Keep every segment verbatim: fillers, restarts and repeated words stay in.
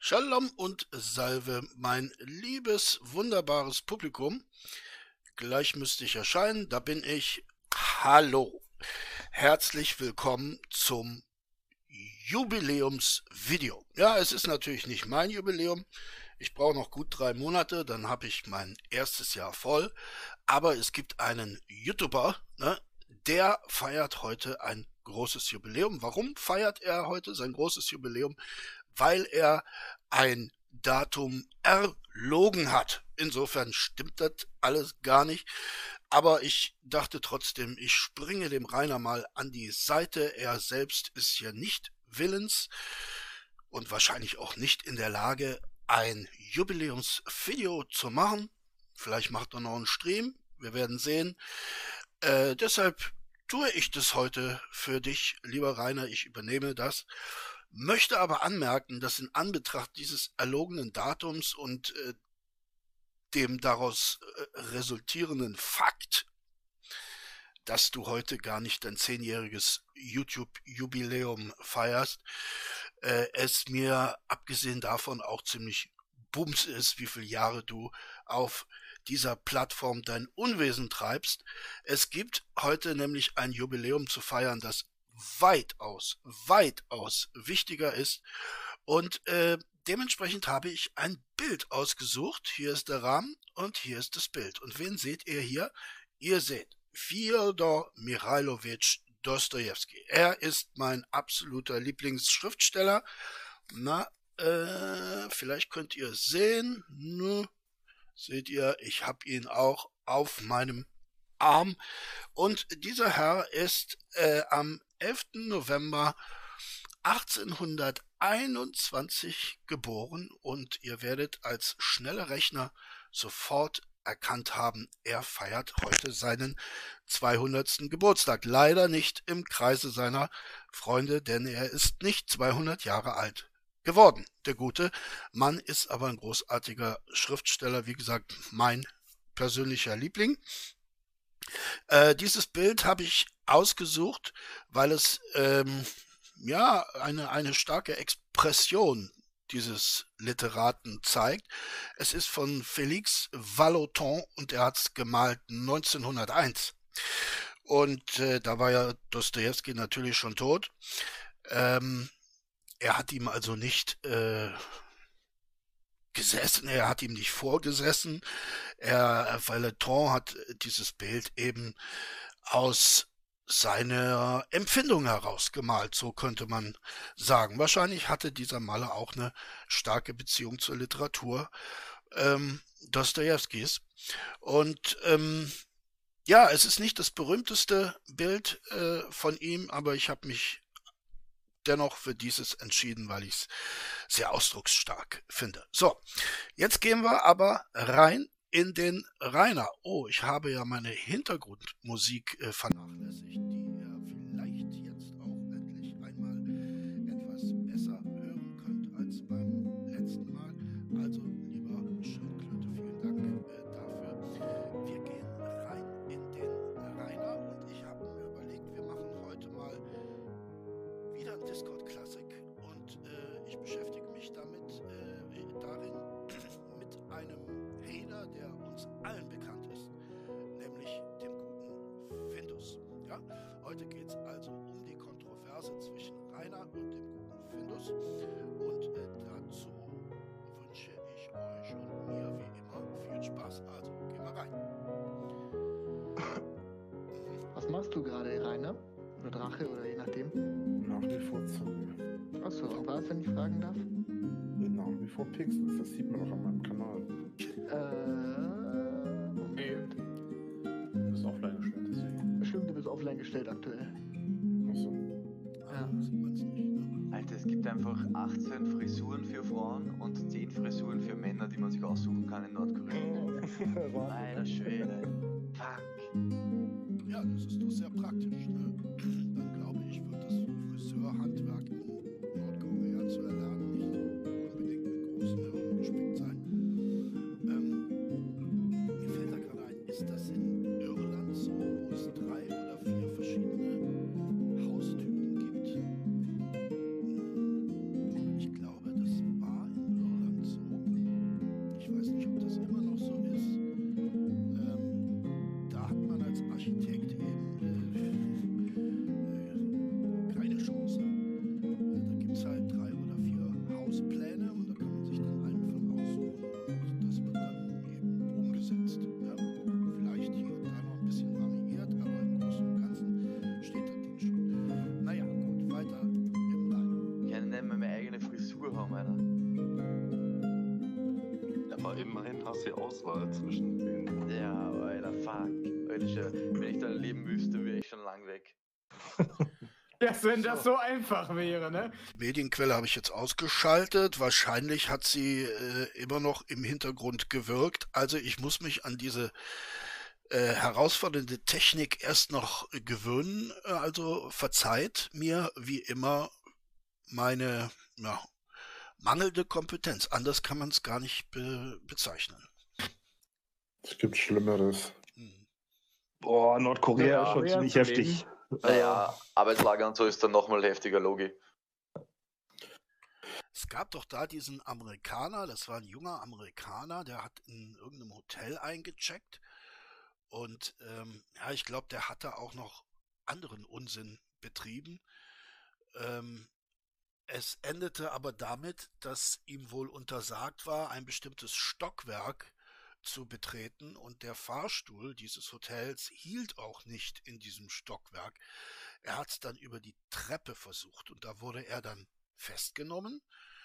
Shalom und Salve, mein liebes, wunderbares Publikum. Gleich müsste ich erscheinen, da bin ich. Hallo, herzlich willkommen zum Jubiläumsvideo. Ja, es ist natürlich nicht mein Jubiläum. Ich brauche noch gut drei Monate, dann habe ich mein erstes Jahr voll. Aber es gibt einen YouTuber, ne, der feiert heute ein großes Jubiläum. Warum feiert er heute sein großes Jubiläum? Weil er ein Datum erlogen hat. Insofern stimmt das alles gar nicht. Aber ich dachte trotzdem, ich springe dem Rainer mal an die Seite. Er selbst ist ja nicht willens und wahrscheinlich auch nicht in der Lage, ein Jubiläumsvideo zu machen. Vielleicht macht er noch einen Stream. Wir werden sehen. Äh, deshalb tue ich das heute für dich, lieber Rainer. Ich übernehme das. Möchte aber anmerken, dass in Anbetracht dieses erlogenen Datums und äh, dem daraus äh, resultierenden Fakt, dass du heute gar nicht dein zehnjähriges YouTube-Jubiläum feierst, äh, es mir abgesehen davon auch ziemlich bums ist, wie viele Jahre du auf dieser Plattform dein Unwesen treibst. Es gibt heute nämlich ein Jubiläum zu feiern, das weitaus, weitaus wichtiger ist. Und äh, dementsprechend habe ich ein Bild ausgesucht. Hier ist der Rahmen und hier ist das Bild. Und wen seht ihr hier? Ihr seht Fjodor Michailowitsch Dostojewski. Er ist mein absoluter Lieblingsschriftsteller. Na, äh, vielleicht könnt ihr es sehen. Nö, seht ihr, ich habe ihn auch auf meinem Arm. Und dieser Herr ist äh, am elften November achtzehnhunderteinundzwanzig geboren und ihr werdet als schneller Rechner sofort erkannt haben, er feiert heute seinen zweihundertsten Geburtstag. Leider nicht im Kreise seiner Freunde, denn er ist nicht zweihundert Jahre alt geworden. Der gute Mann ist aber ein großartiger Schriftsteller, wie gesagt, mein persönlicher Liebling. Äh, dieses Bild habe ich ausgesucht, weil es ähm, ja eine, eine starke Expression dieses Literaten zeigt. Es ist von Félix Vallotton und er hat es gemalt neunzehnhunderteins. Und äh, da war ja Dostojewski natürlich schon tot. Ähm, er hat ihm also nicht äh, gesessen, er hat ihm nicht vorgesessen. Er, Vallotton hat dieses Bild eben aus seiner Empfindung heraus gemalt, so könnte man sagen. Wahrscheinlich hatte dieser Maler auch eine starke Beziehung zur Literatur ähm, Dostojewskis. Und ähm, ja, es ist nicht das berühmteste Bild äh, von ihm, aber ich habe mich dennoch für dieses entschieden, weil ich es sehr ausdrucksstark finde. So, jetzt gehen wir aber rein in den Rainer. Oh, ich habe ja meine Hintergrundmusik äh, vernachlässigt, die ihr vielleicht jetzt auch endlich einmal etwas besser hören könnt als beim letzten Mal. Also, lieber Schildklöte, vielen Dank äh, dafür. Wir gehen rein in den Rainer und ich habe mir überlegt, wir machen heute mal wieder ein Discord-Klassik und äh, ich beschäftige mich damit äh, darin mit einem Hater, der uns allen bekannt ist, nämlich dem guten Findus. Ja? Heute geht es also um die Kontroverse zwischen Rainer und dem guten Findus und äh, dazu wünsche ich euch und mir wie immer viel Spaß. Also gehen wir rein. Was machst du gerade, Rainer? Oder Drache oder je nachdem? Nach wie vor zocken. Achso, und was, wenn ich fragen darf? Nach wie vor Pixels, das sieht man auch an meinem Kanal. Äh. Moment. Du bist offline gestellt, deswegen. Stimmt, du bist offline gestellt aktuell. Achso. Ja. Sieht man's nicht, ne? Alter, es gibt einfach achtzehn Frisuren für Frauen und zehn Frisuren für Männer, die man sich aussuchen kann in Nordkorea. Alter Schwede. Fuck. Ja, das ist doch sehr praktisch. Ne? Dann glaube ich, wird das Friseurhandwerk in Nordkorea zu erlernen nicht unbedingt mit großen Hirnen gespickt sein. Ähm, mir fällt da gerade ein, ist das in Irland so, wo es drei oder vier verschiedene Haustypen gibt? Ich glaube, das war in Aber immerhin hast du die Auswahl zwischen den. Ja, Alter, fuck. Alter, schon, wenn ich da leben wüsste, wäre ich schon lang weg. Ja, wenn das so einfach wäre, ne? Medienquelle habe ich jetzt ausgeschaltet. Wahrscheinlich hat sie äh, immer noch im Hintergrund gewirkt. Also ich muss mich an diese äh, herausfordernde Technik erst noch gewöhnen. Also verzeiht mir wie immer meine ja, mangelnde Kompetenz. Anders kann man es gar nicht be bezeichnen. Es gibt Schlimmeres. Hm. Boah, Nordkorea Ja, ist schon Korea ziemlich zu heftig. Naja, Arbeitslager und so ist dann nochmal heftiger, Logi. Es gab doch da diesen Amerikaner, das war ein junger Amerikaner, der hat in irgendeinem Hotel eingecheckt und ähm, ja, ich glaube, der hat da auch noch anderen Unsinn betrieben. Ähm, es endete aber damit, dass ihm wohl untersagt war, ein bestimmtes Stockwerk zu betreten und der Fahrstuhl dieses Hotels hielt auch nicht in diesem Stockwerk. Er hat es dann über die Treppe versucht und da wurde er dann festgenommen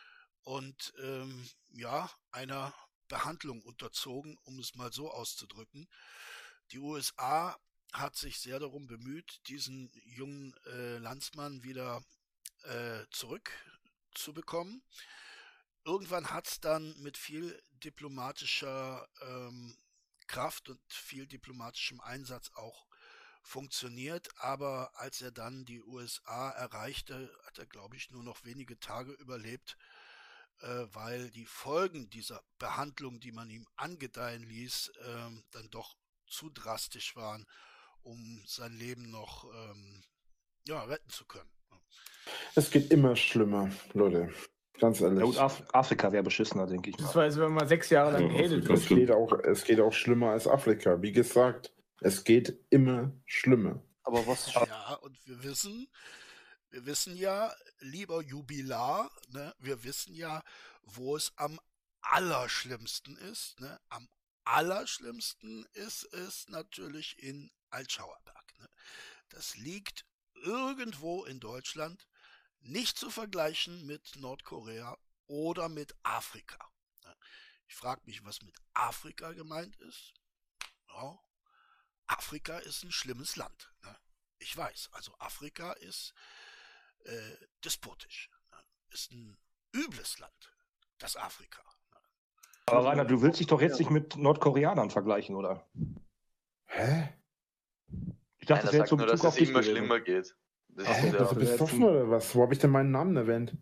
und ähm, ja, einer Behandlung unterzogen, um es mal so auszudrücken. Die U S A hat sich sehr darum bemüht, diesen jungen äh, Landsmann wieder äh, zurückzubekommen. Irgendwann hat es dann mit viel diplomatischer ähm, Kraft und viel diplomatischem Einsatz auch funktioniert, aber als er dann die U S A erreichte, hat er, glaube ich, nur noch wenige Tage überlebt, äh, weil die Folgen dieser Behandlung, die man ihm angedeihen ließ, äh, dann doch zu drastisch waren, um sein Leben noch ähm, ja, retten zu können. Es geht immer schlimmer, Leute. Ganz ehrlich. Ja, und Af Afrika wäre beschissener, denke ich mal. Das war jetzt, wenn man sechs Jahre lang Ja, gehatet es, wird. geht auch, es geht auch schlimmer als Afrika. Wie gesagt, es geht immer schlimmer. Aber was. Ja, und wir wissen, wir wissen ja, lieber Jubilar, ne, wir wissen ja, wo es am allerschlimmsten ist. Ne? Am allerschlimmsten ist es natürlich in Altschauerberg. Ne? Das liegt irgendwo in Deutschland, nicht zu vergleichen mit Nordkorea oder mit Afrika. Ne? Ich frage mich, was mit Afrika gemeint ist. Ja, Afrika ist ein schlimmes Land. Ne? Ich weiß, also Afrika ist äh, despotisch. Ne? Ist ein übles Land, das Afrika. Ne? Aber Rainer, du willst dich doch jetzt nicht mit Nordkoreanern vergleichen, oder? Hä? Ich dachte, Einer das wäre sagt zum nur, Bezug dass auf es dich immer gewesen. schlimmer geht. Das Hä? ist Bist du ja, besoffen oder was? Wo habe ich denn meinen Namen erwähnt?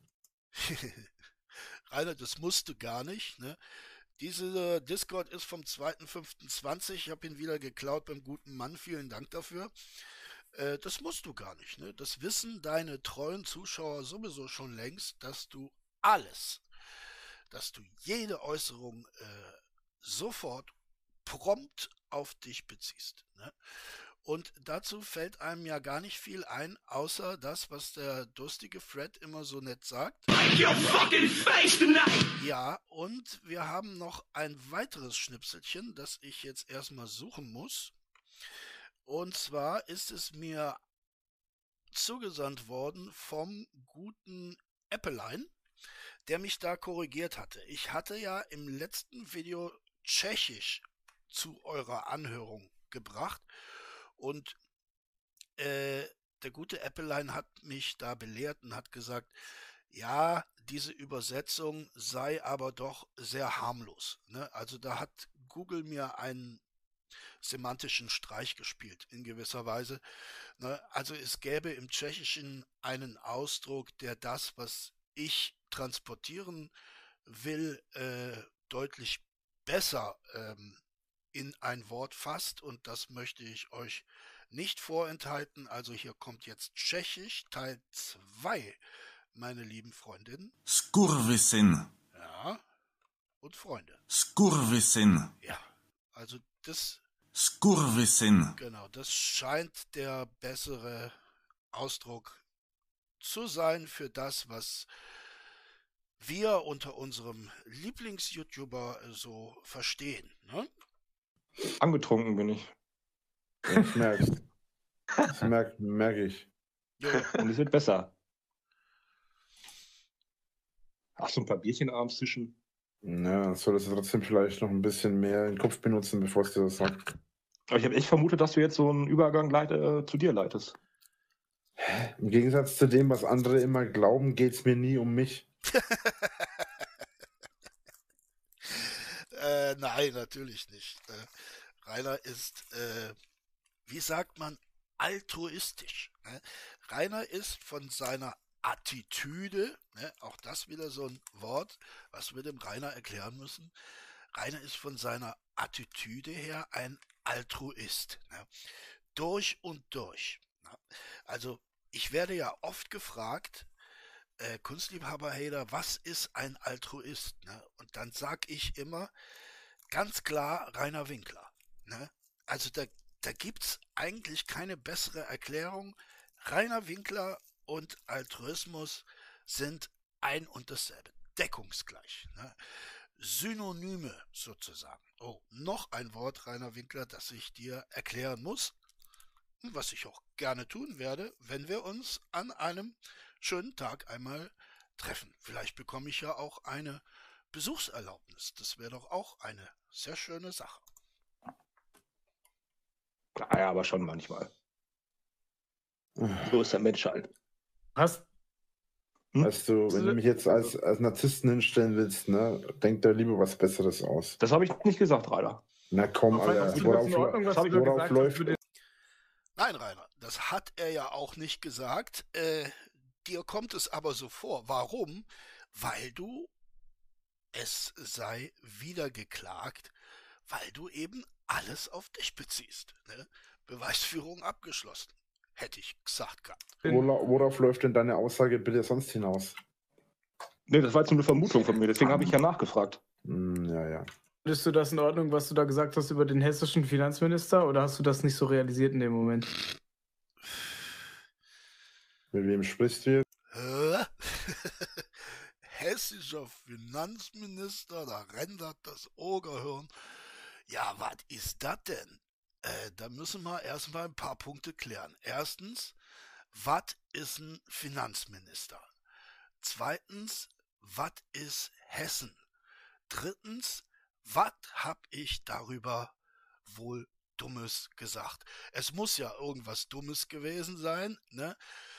Rainer, das musst du gar nicht. Ne? Diese Discord ist vom zweiten fünften zwanzig. Ich habe ihn wieder geklaut beim guten Mann. Vielen Dank dafür. Äh, das musst du gar nicht. Ne? Das wissen deine treuen Zuschauer sowieso schon längst, dass du alles, dass du jede Äußerung äh, sofort prompt auf dich beziehst. Ne? Und dazu fällt einem ja gar nicht viel ein, außer das, was der durstige Fred immer so nett sagt. Ja, und wir haben noch ein weiteres Schnipselchen, das ich jetzt erstmal suchen muss. Und zwar ist es mir zugesandt worden vom guten Appelein, der mich da korrigiert hatte. Ich hatte ja im letzten Video Tschechisch zu eurer Anhörung gebracht. Und äh, der gute Appelein hat mich da belehrt und hat gesagt, ja, diese Übersetzung sei aber doch sehr harmlos. Ne? Also da hat Google mir einen semantischen Streich gespielt, in gewisser Weise. Ne? Also es gäbe im Tschechischen einen Ausdruck, der das, was ich transportieren will, äh, deutlich besser ähm, in ein Wort fasst und das möchte ich euch nicht vorenthalten. Also hier kommt jetzt Tschechisch Teil zwei, meine lieben Freundinnen. Skurwisin. Ja, und Freunde. Skurwisin. Ja, also das, Skurwisin. genau, das scheint der bessere Ausdruck zu sein für das, was wir unter unserem Lieblings-YouTuber so verstehen, ne? Angetrunken bin ich. Ich merk's. Das merk, merk ich. Jo. Und es wird besser. Ach, so ein paar Bierchen abends zwischen. Ja, solltest du trotzdem vielleicht noch ein bisschen mehr den Kopf benutzen, bevor es dir das sagt. Aber ich habe echt vermutet, dass du jetzt so einen Übergang leit äh, zu dir leitest. Im Gegensatz zu dem, was andere immer glauben, geht es mir nie um mich. äh, nein, natürlich nicht. Äh, Rainer ist, äh, wie sagt man, altruistisch. Ne? Rainer ist von seiner Attitüde, ne, auch das wieder so ein Wort, was wir dem Rainer erklären müssen. Rainer ist von seiner Attitüde her ein Altruist. Ne? Durch und durch. Ne? Also ich werde ja oft gefragt, äh, Kunstliebhaber-Hater, was ist ein Altruist? Ne? Und dann sag ich immer ganz klar Rainer Winkler. Ne? Also da, da gibt's eigentlich keine bessere Erklärung. Rainer Winkler und Altruismus sind ein und dasselbe, deckungsgleich. Ne? Synonyme sozusagen. Oh, noch ein Wort, Rainer Winkler, das ich dir erklären muss, was ich auch gerne tun werde, wenn wir uns an einem schönen Tag einmal treffen. Vielleicht bekomme ich ja auch eine Besuchserlaubnis. Das wäre doch auch eine sehr schöne Sache. Ja, ja, aber schon manchmal. So ist der Mensch halt. Hast Hm? Weißt du, wenn du mich jetzt als, als Narzissten hinstellen willst, ne, denk da lieber was Besseres aus. Das habe ich nicht gesagt, Rainer. Na komm, Fand Alter, ich worauf, in Ordnung, was hab du ich- da worauf gesagt läuft- hast für den Nein, Rainer, das hat er ja auch nicht gesagt. Äh, dir kommt es aber so vor. Warum? Weil du, es sei wieder geklagt, weil du eben alles auf dich beziehst. Ne? Beweisführung abgeschlossen. Hätte ich gesagt gehabt. Wora- worauf läuft denn deine Aussage bitte sonst hinaus? Nee, das war jetzt nur eine Vermutung von mir, deswegen habe ich ja nachgefragt. Hm, ja, ja. Findest du das in Ordnung, was du da gesagt hast über den hessischen Finanzminister, oder hast du das nicht so realisiert in dem Moment? Mit wem sprichst du jetzt? Hä? Hessischer Finanzminister, da rendert das Ogerhirn. Ja, was ist das denn? Äh, da müssen wir erstmal ein paar Punkte klären. Erstens, was ist ein Finanzminister? Zweitens, was ist Hessen? Drittens, was hab ich darüber wohl Dummes gesagt? Es muss ja irgendwas Dummes gewesen sein, ne?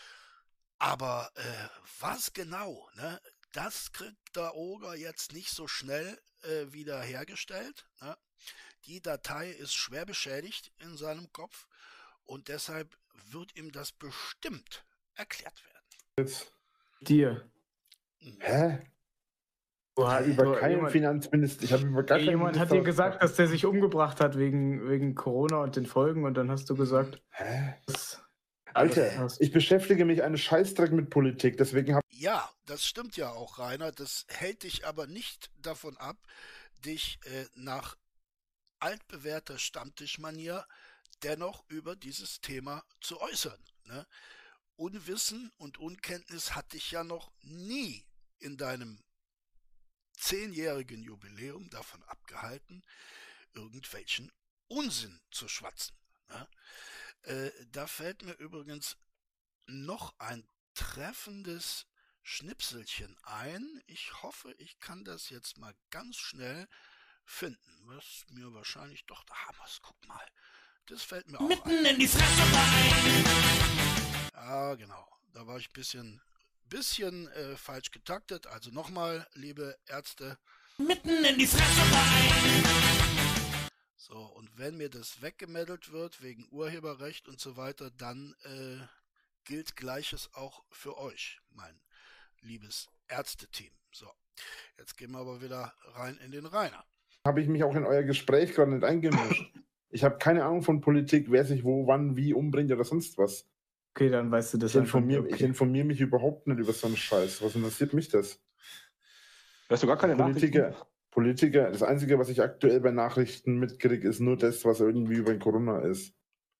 Aber äh, was genau, ne? Das kriegt der Oger jetzt nicht so schnell äh, wieder hergestellt. Ne? Die Datei ist schwer beschädigt in seinem Kopf und deshalb wird ihm das bestimmt erklärt werden. jetzt? Dir. Hä? Du Ich hast- habe über du- keinen jemand, Finanzminister, ich habe über gar keinen jemand hat Minister dir gesagt, gesprochen. dass der sich umgebracht hat wegen, wegen Corona und den Folgen, und dann hast du gesagt, Hä? das Alter, hast. ich beschäftige mich einen Scheißdreck mit Politik, deswegen habe Ja, das stimmt ja auch, Rainer. Das hält dich aber nicht davon ab, dich äh, nach altbewährter Stammtischmanier dennoch über dieses Thema zu äußern. Ne? Unwissen und Unkenntnis hat dich ja noch nie in deinem zehnjährigen Jubiläum davon abgehalten, irgendwelchen Unsinn zu schwatzen. Ne? Äh, da fällt mir übrigens noch ein treffendes Schnipselchen ein. Ich hoffe, ich kann das jetzt mal ganz schnell finden. Was mir wahrscheinlich doch, da haben wir es, guck mal. Das fällt mir auch Mitten ein. in die Fresse rein. Ja, genau. Da war ich ein bisschen, bisschen äh, falsch getaktet. Also nochmal, liebe Ärzte. Mitten in die Fresse rein. So, und wenn mir das weggemeldet wird, wegen Urheberrecht und so weiter, dann äh, gilt Gleiches auch für euch, mein liebes Ärzteteam. So, jetzt gehen wir aber wieder rein in den Rainer. habe ich mich auch in euer Gespräch gerade nicht eingemischt. Ich habe keine Ahnung von Politik, wer sich wo, wann, wie umbringt oder sonst was. Okay, dann weißt du das Ich informiere einfach. ich informier mich überhaupt nicht über so einen Scheiß. Was interessiert mich das? Hast du gar keine Politiker, Nachrichten? Politiker, das Einzige, was ich aktuell bei Nachrichten mitkriege, ist nur das, was irgendwie über Corona ist.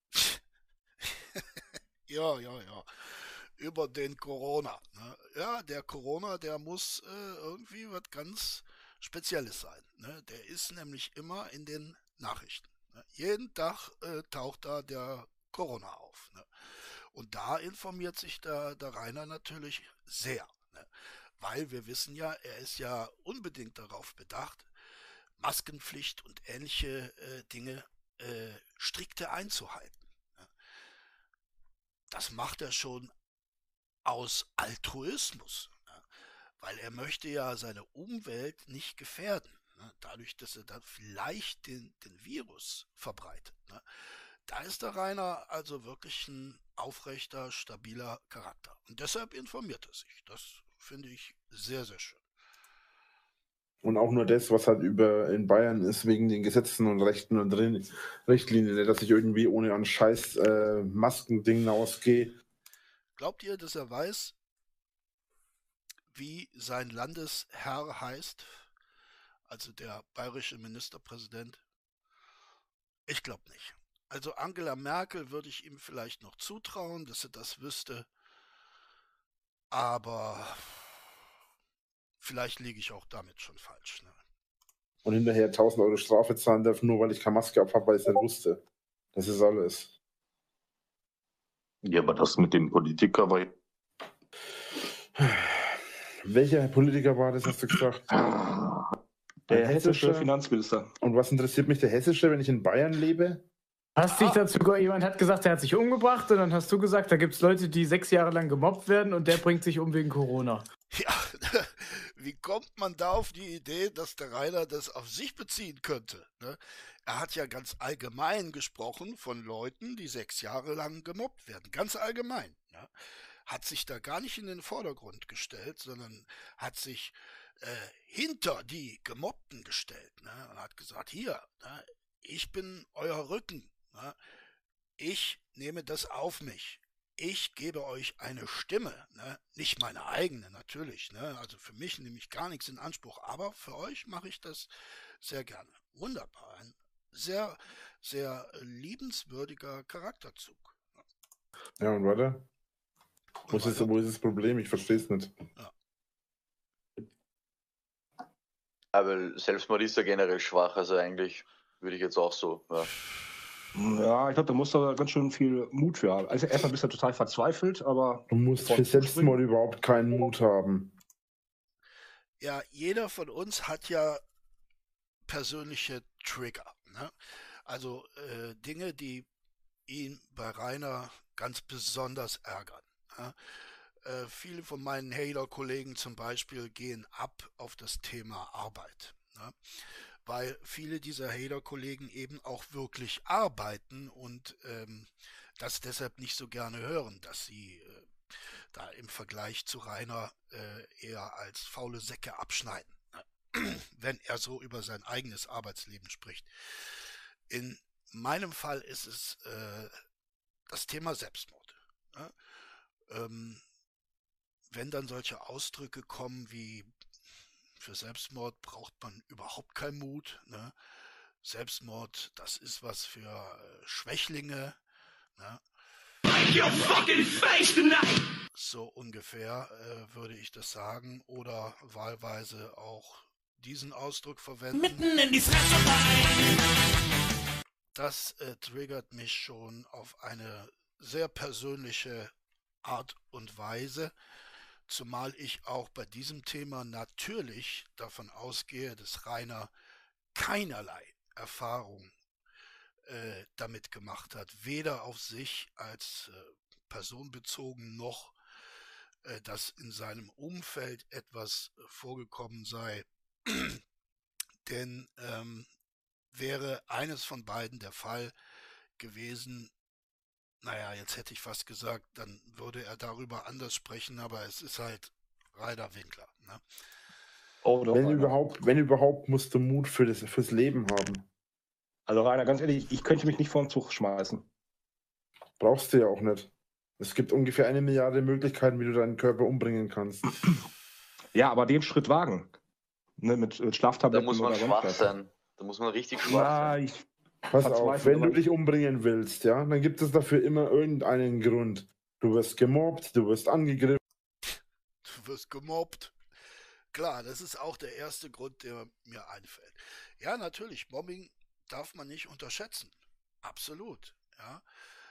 Ja, ja, ja. Über den Corona. Ne? Ja, der Corona, der muss äh, irgendwie was ganz Spezielles sein. Ne? Der ist nämlich immer in den Nachrichten. Ne? Jeden Tag äh, taucht da der Corona auf. Ne? Und da informiert sich der, der Rainer natürlich sehr. Ne? weil wir wissen ja, er ist ja unbedingt darauf bedacht, Maskenpflicht und ähnliche äh, Dinge äh, strikte einzuhalten. Ja. Das macht er schon aus Altruismus, ja, weil er möchte ja seine Umwelt nicht gefährden, ne, dadurch, dass er dann vielleicht den, den Virus verbreitet. Ne. Da ist der Rainer also wirklich ein aufrechter, stabiler Charakter. Und deshalb informiert er sich. Das finde ich sehr, sehr schön. Und auch nur das, was halt über in Bayern ist, wegen den Gesetzen und Rechten und drin, Richtlinien, dass ich irgendwie ohne ein scheiß äh, Maskending ausgehe. Glaubt ihr, dass er weiß, wie sein Landesherr heißt? Also der bayerische Ministerpräsident? Ich glaube nicht. Also Angela Merkel würde ich ihm vielleicht noch zutrauen, dass er das wüsste. Aber vielleicht liege ich auch damit schon falsch. Ne? Und hinterher tausend Euro Strafe zahlen darf, nur weil ich keine Maske ab habe, weil ich es nicht wusste. Das ist alles. Ja, aber das mit dem Politiker war. Welcher Politiker war das, hast du gesagt? Der Ein hessische hessischer? Finanzminister. Und was interessiert mich der Hessische, wenn ich in Bayern lebe? Hast dich dazu, ge- jemand hat gesagt, er hat sich umgebracht und dann hast du gesagt, da gibt es Leute, die sechs Jahre lang gemobbt werden und der bringt sich um wegen Corona. Ja, wie kommt man da auf die Idee, dass der Rainer das auf sich beziehen könnte? Ne? Er hat ja ganz allgemein gesprochen von Leuten, die sechs Jahre lang gemobbt werden. Ganz allgemein. Ne? Hat sich da gar nicht in den Vordergrund gestellt, sondern hat sich äh, hinter die Gemobbten gestellt. Ne? Und hat gesagt, hier, ne, ich bin euer Rücken. Ne? Ich nehme das auf mich. Ich gebe euch eine Stimme, ne? Nicht meine eigene natürlich, ne? Also für mich nehme ich gar nichts in Anspruch, aber für euch mache ich das sehr gerne. Wunderbar, ein sehr, sehr liebenswürdiger Charakterzug. Ja, und warte. Wo Und ist, das, weiter. wo ist das Problem? Ich verstehe es nicht. Aber Selbstmord ist ja generell schwach, also eigentlich würde ich jetzt auch so. Ja. Ja, ich glaube, da muss da ganz schön viel Mut für haben. Also erstmal bist du total verzweifelt, aber Du musst Von für Selbstmord überhaupt keinen Mut haben. Ja, jeder von uns hat ja persönliche Trigger, ne? Also äh, Dinge, die ihn bei Rainer ganz besonders ärgern. Ne? Äh, viele von meinen Hater-Kollegen zum Beispiel gehen ab auf das Thema Arbeit. Ne? Weil viele dieser Hater-Kollegen eben auch wirklich arbeiten und ähm, das deshalb nicht so gerne hören, dass sie äh, da im Vergleich zu Rainer äh, eher als faule Säcke abschneiden, ne? Wenn er so über sein eigenes Arbeitsleben spricht. In meinem Fall ist es äh, das Thema Selbstmord. Ne? Ähm, wenn dann solche Ausdrücke kommen wie für Selbstmord braucht man überhaupt keinen Mut. Ne? Selbstmord, das ist was für äh, Schwächlinge. Ne? Your fucking face tonight! So ungefähr äh, würde ich das sagen. Oder wahlweise auch diesen Ausdruck verwenden. Mitten in die Fresse rein! Das äh, triggert mich schon auf eine sehr persönliche Art und Weise. Zumal ich auch bei diesem Thema natürlich davon ausgehe, dass Rainer keinerlei Erfahrung äh, damit gemacht hat, weder auf sich als äh, Person bezogen, noch äh, dass in seinem Umfeld etwas äh, vorgekommen sei. Denn ähm, wäre eines von beiden der Fall gewesen, naja, jetzt hätte ich fast gesagt, dann würde er darüber anders sprechen, aber es ist halt Rainer Winkler. Ne? oh, doch, Wenn Rainer. überhaupt, wenn überhaupt, musst du Mut für das, fürs Leben haben. Also Rainer, ganz ehrlich, ich könnte mich nicht vor den Zug schmeißen. Brauchst du ja auch nicht. Es gibt ungefähr eine Milliarde Möglichkeiten, wie du deinen Körper umbringen kannst. Ja, aber den Schritt wagen. Ne, mit äh, Da Schlaftabletten muss man oder schwach sonst was. sein. Da muss man richtig schwach Na, sein. ich, Pass auf, Verzweifelt, wenn du aber- dich umbringen willst, ja, dann gibt es dafür immer irgendeinen Grund. Du wirst gemobbt, du wirst angegriffen. Du wirst gemobbt. Klar, das ist auch der erste Grund, der mir einfällt. Ja, natürlich, Mobbing darf man nicht unterschätzen. Absolut, ja.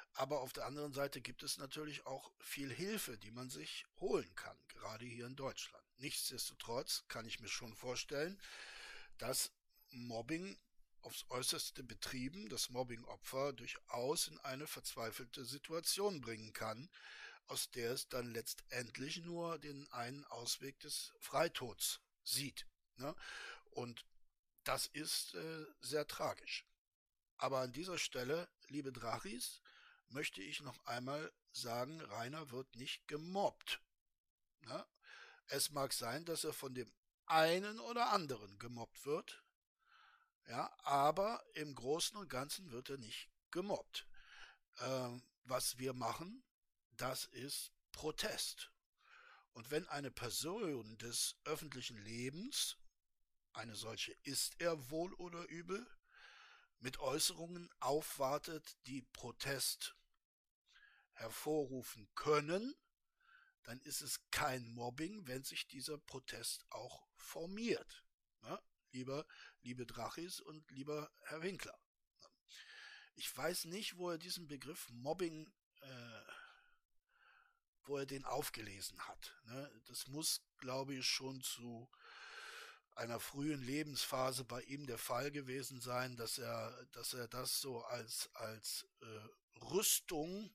Aber auf der anderen Seite gibt es natürlich auch viel Hilfe, die man sich holen kann, gerade hier in Deutschland. Nichtsdestotrotz kann ich mir schon vorstellen, dass Mobbing aufs Äußerste betrieben, das Mobbingopfer durchaus in eine verzweifelte Situation bringen kann, aus der es dann letztendlich nur den einen Ausweg des Freitods sieht. Ne? Und das ist äh, sehr tragisch. Aber an dieser Stelle, liebe Drachis, möchte ich noch einmal sagen, Rainer wird nicht gemobbt. Ne? Es mag sein, dass er von dem einen oder anderen gemobbt wird, ja, aber im Großen und Ganzen wird er nicht gemobbt. Ähm, was wir machen, das ist Protest. Und wenn eine Person des öffentlichen Lebens, eine solche ist er wohl oder übel, mit Äußerungen aufwartet, die Protest hervorrufen können, dann ist es kein Mobbing, wenn sich dieser Protest auch formiert. Ne? Lieber, liebe Drachis und lieber Herr Winkler. Ich weiß nicht, wo er diesen Begriff Mobbing, äh, wo er den aufgelesen hat. Ne? Das muss, glaube ich, schon zu einer frühen Lebensphase bei ihm der Fall gewesen sein, dass er, dass er das so als, als äh, Rüstung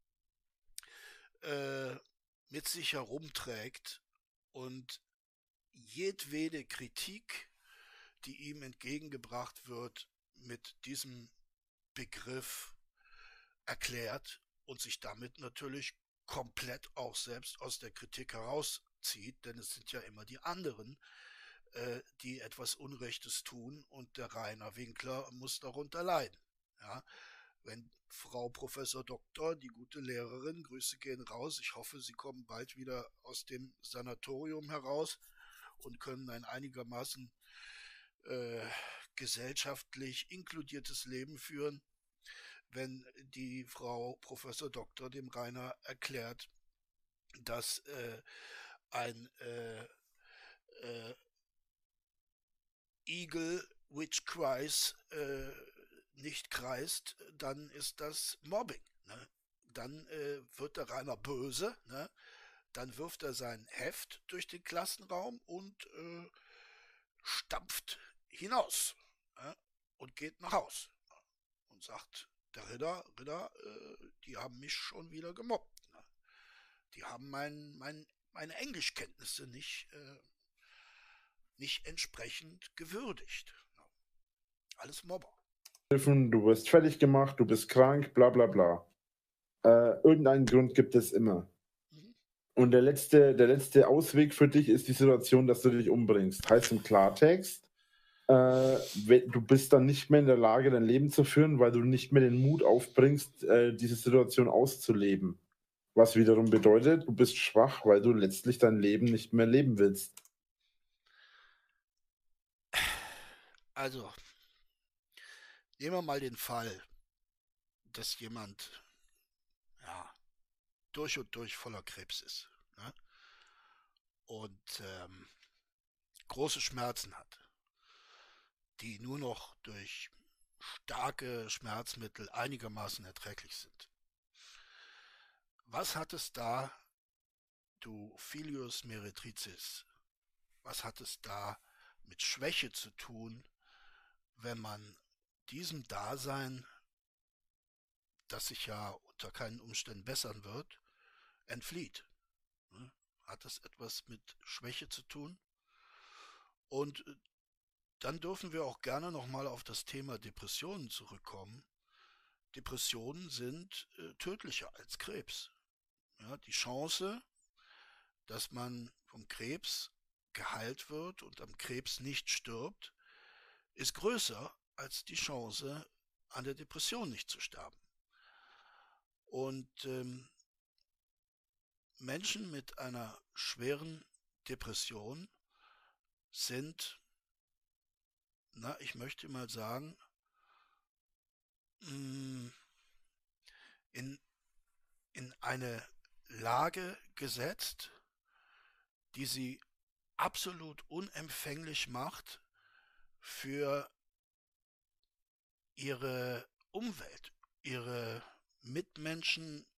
äh, mit sich herumträgt und jedwede Kritik, die ihm entgegengebracht wird, mit diesem Begriff erklärt und sich damit natürlich komplett auch selbst aus der Kritik herauszieht, denn es sind ja immer die anderen, äh, die etwas Unrechtes tun und der Rainer Winkler muss darunter leiden. Ja, wenn Frau Professor Doktor, die gute Lehrerin, Grüße gehen raus, ich hoffe, Sie kommen bald wieder aus dem Sanatorium heraus und können ein einigermaßen äh, gesellschaftlich inkludiertes Leben führen, wenn die Frau Professor Doktor dem Rainer erklärt, dass äh, ein äh, äh, Eagle which cries äh, nicht kreist, dann ist das Mobbing. Ne? Dann äh, wird der Rainer böse, ne? Dann wirft er sein Heft durch den Klassenraum und äh, stampft hinaus, ne? Und geht nach Haus und sagt, der Ritter, Ritter, äh, die haben mich schon wieder gemobbt. Ne? Die haben mein, mein, meine Englischkenntnisse nicht, äh, nicht entsprechend gewürdigt. Ne? Alles Mobber. Du wirst fertig gemacht, du bist krank, bla bla bla. Äh, irgendeinen Grund gibt es immer. Mhm. Und der letzte, der letzte Ausweg für dich ist die Situation, dass du dich umbringst. Heißt im Klartext, äh, du bist dann nicht mehr in der Lage, dein Leben zu führen, weil du nicht mehr den Mut aufbringst, äh, diese Situation auszuleben. Was wiederum bedeutet, du bist schwach, weil du letztlich dein Leben nicht mehr leben willst. Also, nehmen wir mal den Fall, dass jemand ja, durch und durch voller Krebs ist, ne? Und ähm, große Schmerzen hat, die nur noch durch starke Schmerzmittel einigermaßen erträglich sind. Was hat es da, du Filius Meretricis, was hat es da mit Schwäche zu tun, wenn man diesem Dasein, das sich ja unter keinen Umständen bessern wird, entflieht? Hat das etwas mit Schwäche zu tun? Und dann dürfen wir auch gerne nochmal auf das Thema Depressionen zurückkommen. Depressionen sind äh, tödlicher als Krebs. Ja, die Chance, dass man vom Krebs geheilt wird und am Krebs nicht stirbt, ist größer als die Chance, an der Depression nicht zu sterben. Und ähm, Menschen mit einer schweren Depression sind, na, ich möchte mal sagen, in, in eine Lage gesetzt, die sie absolut unempfänglich macht für ihre Umwelt, ihre Mitmenschen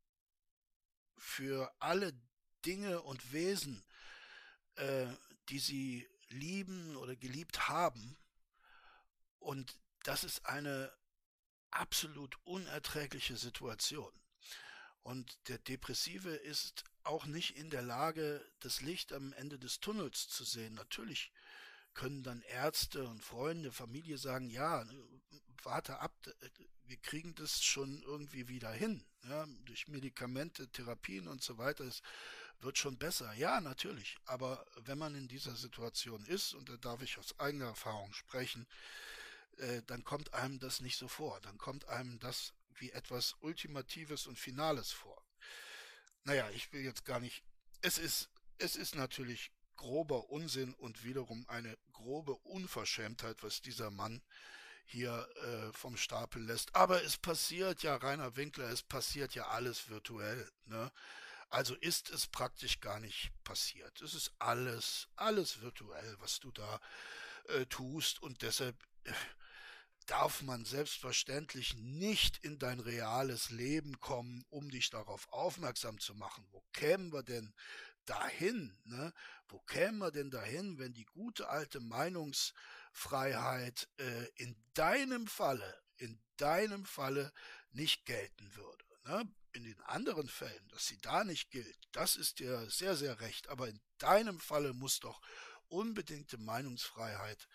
für alle Dinge und Wesen, äh, die sie lieben oder geliebt haben. Und das ist eine absolut unerträgliche Situation. Und der Depressive ist auch nicht in der Lage, das Licht am Ende des Tunnels zu sehen. Natürlich können dann Ärzte und Freunde, Familie sagen, ja, warte ab, wir kriegen das schon irgendwie wieder hin. Ja, durch Medikamente, Therapien und so weiter, es wird schon besser. Ja, natürlich. Aber wenn man in dieser Situation ist, und da darf ich aus eigener Erfahrung sprechen, äh, dann kommt einem das nicht so vor. Dann kommt einem das wie etwas Ultimatives und Finales vor. Naja, ich will jetzt gar nicht. Es ist, es ist natürlich grober Unsinn und wiederum eine grobe Unverschämtheit, was dieser Mann hier äh, vom Stapel lässt. Aber es passiert ja, Rainer Winkler, es passiert ja alles virtuell, ne? Also ist es praktisch gar nicht passiert. Es ist alles, alles virtuell, was du da äh, tust, und deshalb äh, darf man selbstverständlich nicht in dein reales Leben kommen, um dich darauf aufmerksam zu machen. Wo kämen wir denn dahin, ne? Wo kämen wir denn dahin, wenn die gute alte Meinungsfreiheit äh, in deinem Falle, in deinem Falle nicht gelten würde, ne? In den anderen Fällen, dass sie da nicht gilt, das ist dir sehr, sehr recht. Aber in deinem Falle muss doch unbedingte Meinungsfreiheit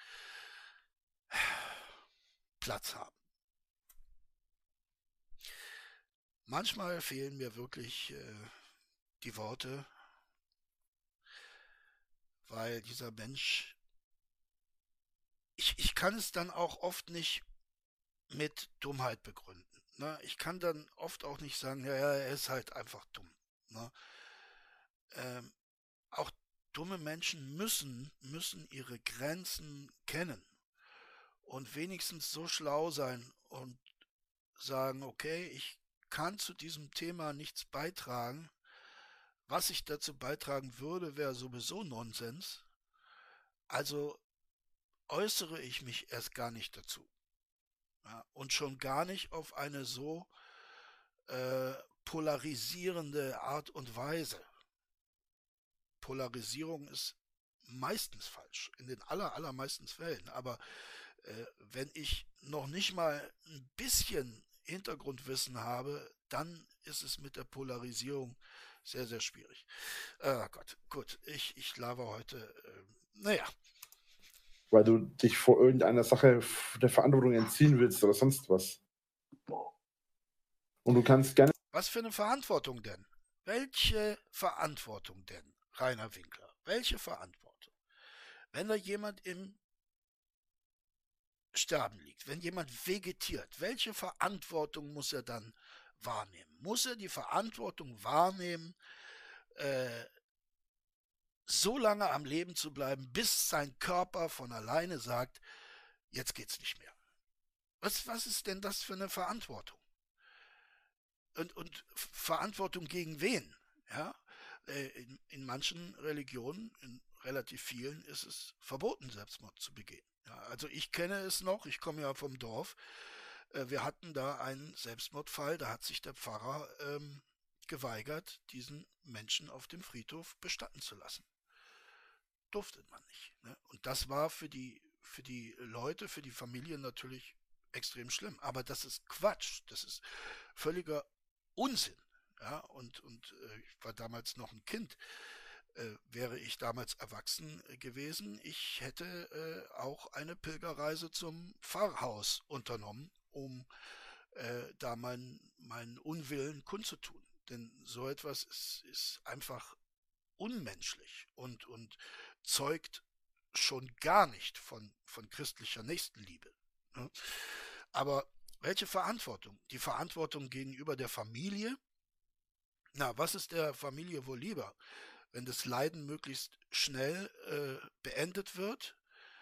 Platz haben. Manchmal fehlen mir wirklich äh, die Worte, weil dieser Mensch, ich, ich kann es dann auch oft nicht mit Dummheit begründen. Ne? Ich kann dann oft auch nicht sagen, ja, ja, er ist halt einfach dumm. Ne? Ähm, auch dumme Menschen müssen, müssen ihre Grenzen kennen und wenigstens so schlau sein und sagen, okay, ich kann zu diesem Thema nichts beitragen. Was ich dazu beitragen würde, wäre sowieso Nonsens. Also äußere ich mich erst gar nicht dazu. Ja, und schon gar nicht auf eine so äh, polarisierende Art und Weise. Polarisierung ist meistens falsch, in den aller, allermeisten Fällen. Aber äh, wenn ich noch nicht mal ein bisschen Hintergrundwissen habe, dann ist es mit der Polarisierung sehr, sehr schwierig. Ah Gott, gut, ich, ich laber heute, äh, naja. Weil du dich vor irgendeiner Sache der Verantwortung entziehen willst oder sonst was. Und du kannst gerne... Was für eine Verantwortung denn? Welche Verantwortung denn, Rainer Winkler? Welche Verantwortung? Wenn da jemand im Sterben liegt, wenn jemand vegetiert, welche Verantwortung muss er dann wahrnehmen? Muss er die Verantwortung wahrnehmen, äh, so lange am Leben zu bleiben, bis sein Körper von alleine sagt, jetzt geht's nicht mehr? Was, was ist denn das für eine Verantwortung? Und, und Verantwortung gegen wen? Ja? In, in manchen Religionen, in relativ vielen, ist es verboten, Selbstmord zu begehen. Ja, also ich kenne es noch, ich komme ja vom Dorf. Wir hatten da einen Selbstmordfall, da hat sich der Pfarrer ähm, geweigert, diesen Menschen auf dem Friedhof bestatten zu lassen. Durfte man nicht. Ne? Und das war für die, für die Leute, für die Familien natürlich extrem schlimm. Aber das ist Quatsch, das ist völliger Unsinn. Ja? Und, und äh, ich war damals noch ein Kind. Äh, wäre ich damals erwachsen gewesen, ich hätte äh, auch eine Pilgerreise zum Pfarrhaus unternommen, um äh, da meinen mein Unwillen kundzutun. Denn so etwas ist, ist einfach unmenschlich und, und zeugt schon gar nicht von, von christlicher Nächstenliebe. Ne? Aber welche Verantwortung? Die Verantwortung gegenüber der Familie? Na, was ist der Familie wohl lieber? Wenn das Leiden möglichst schnell äh, beendet wird,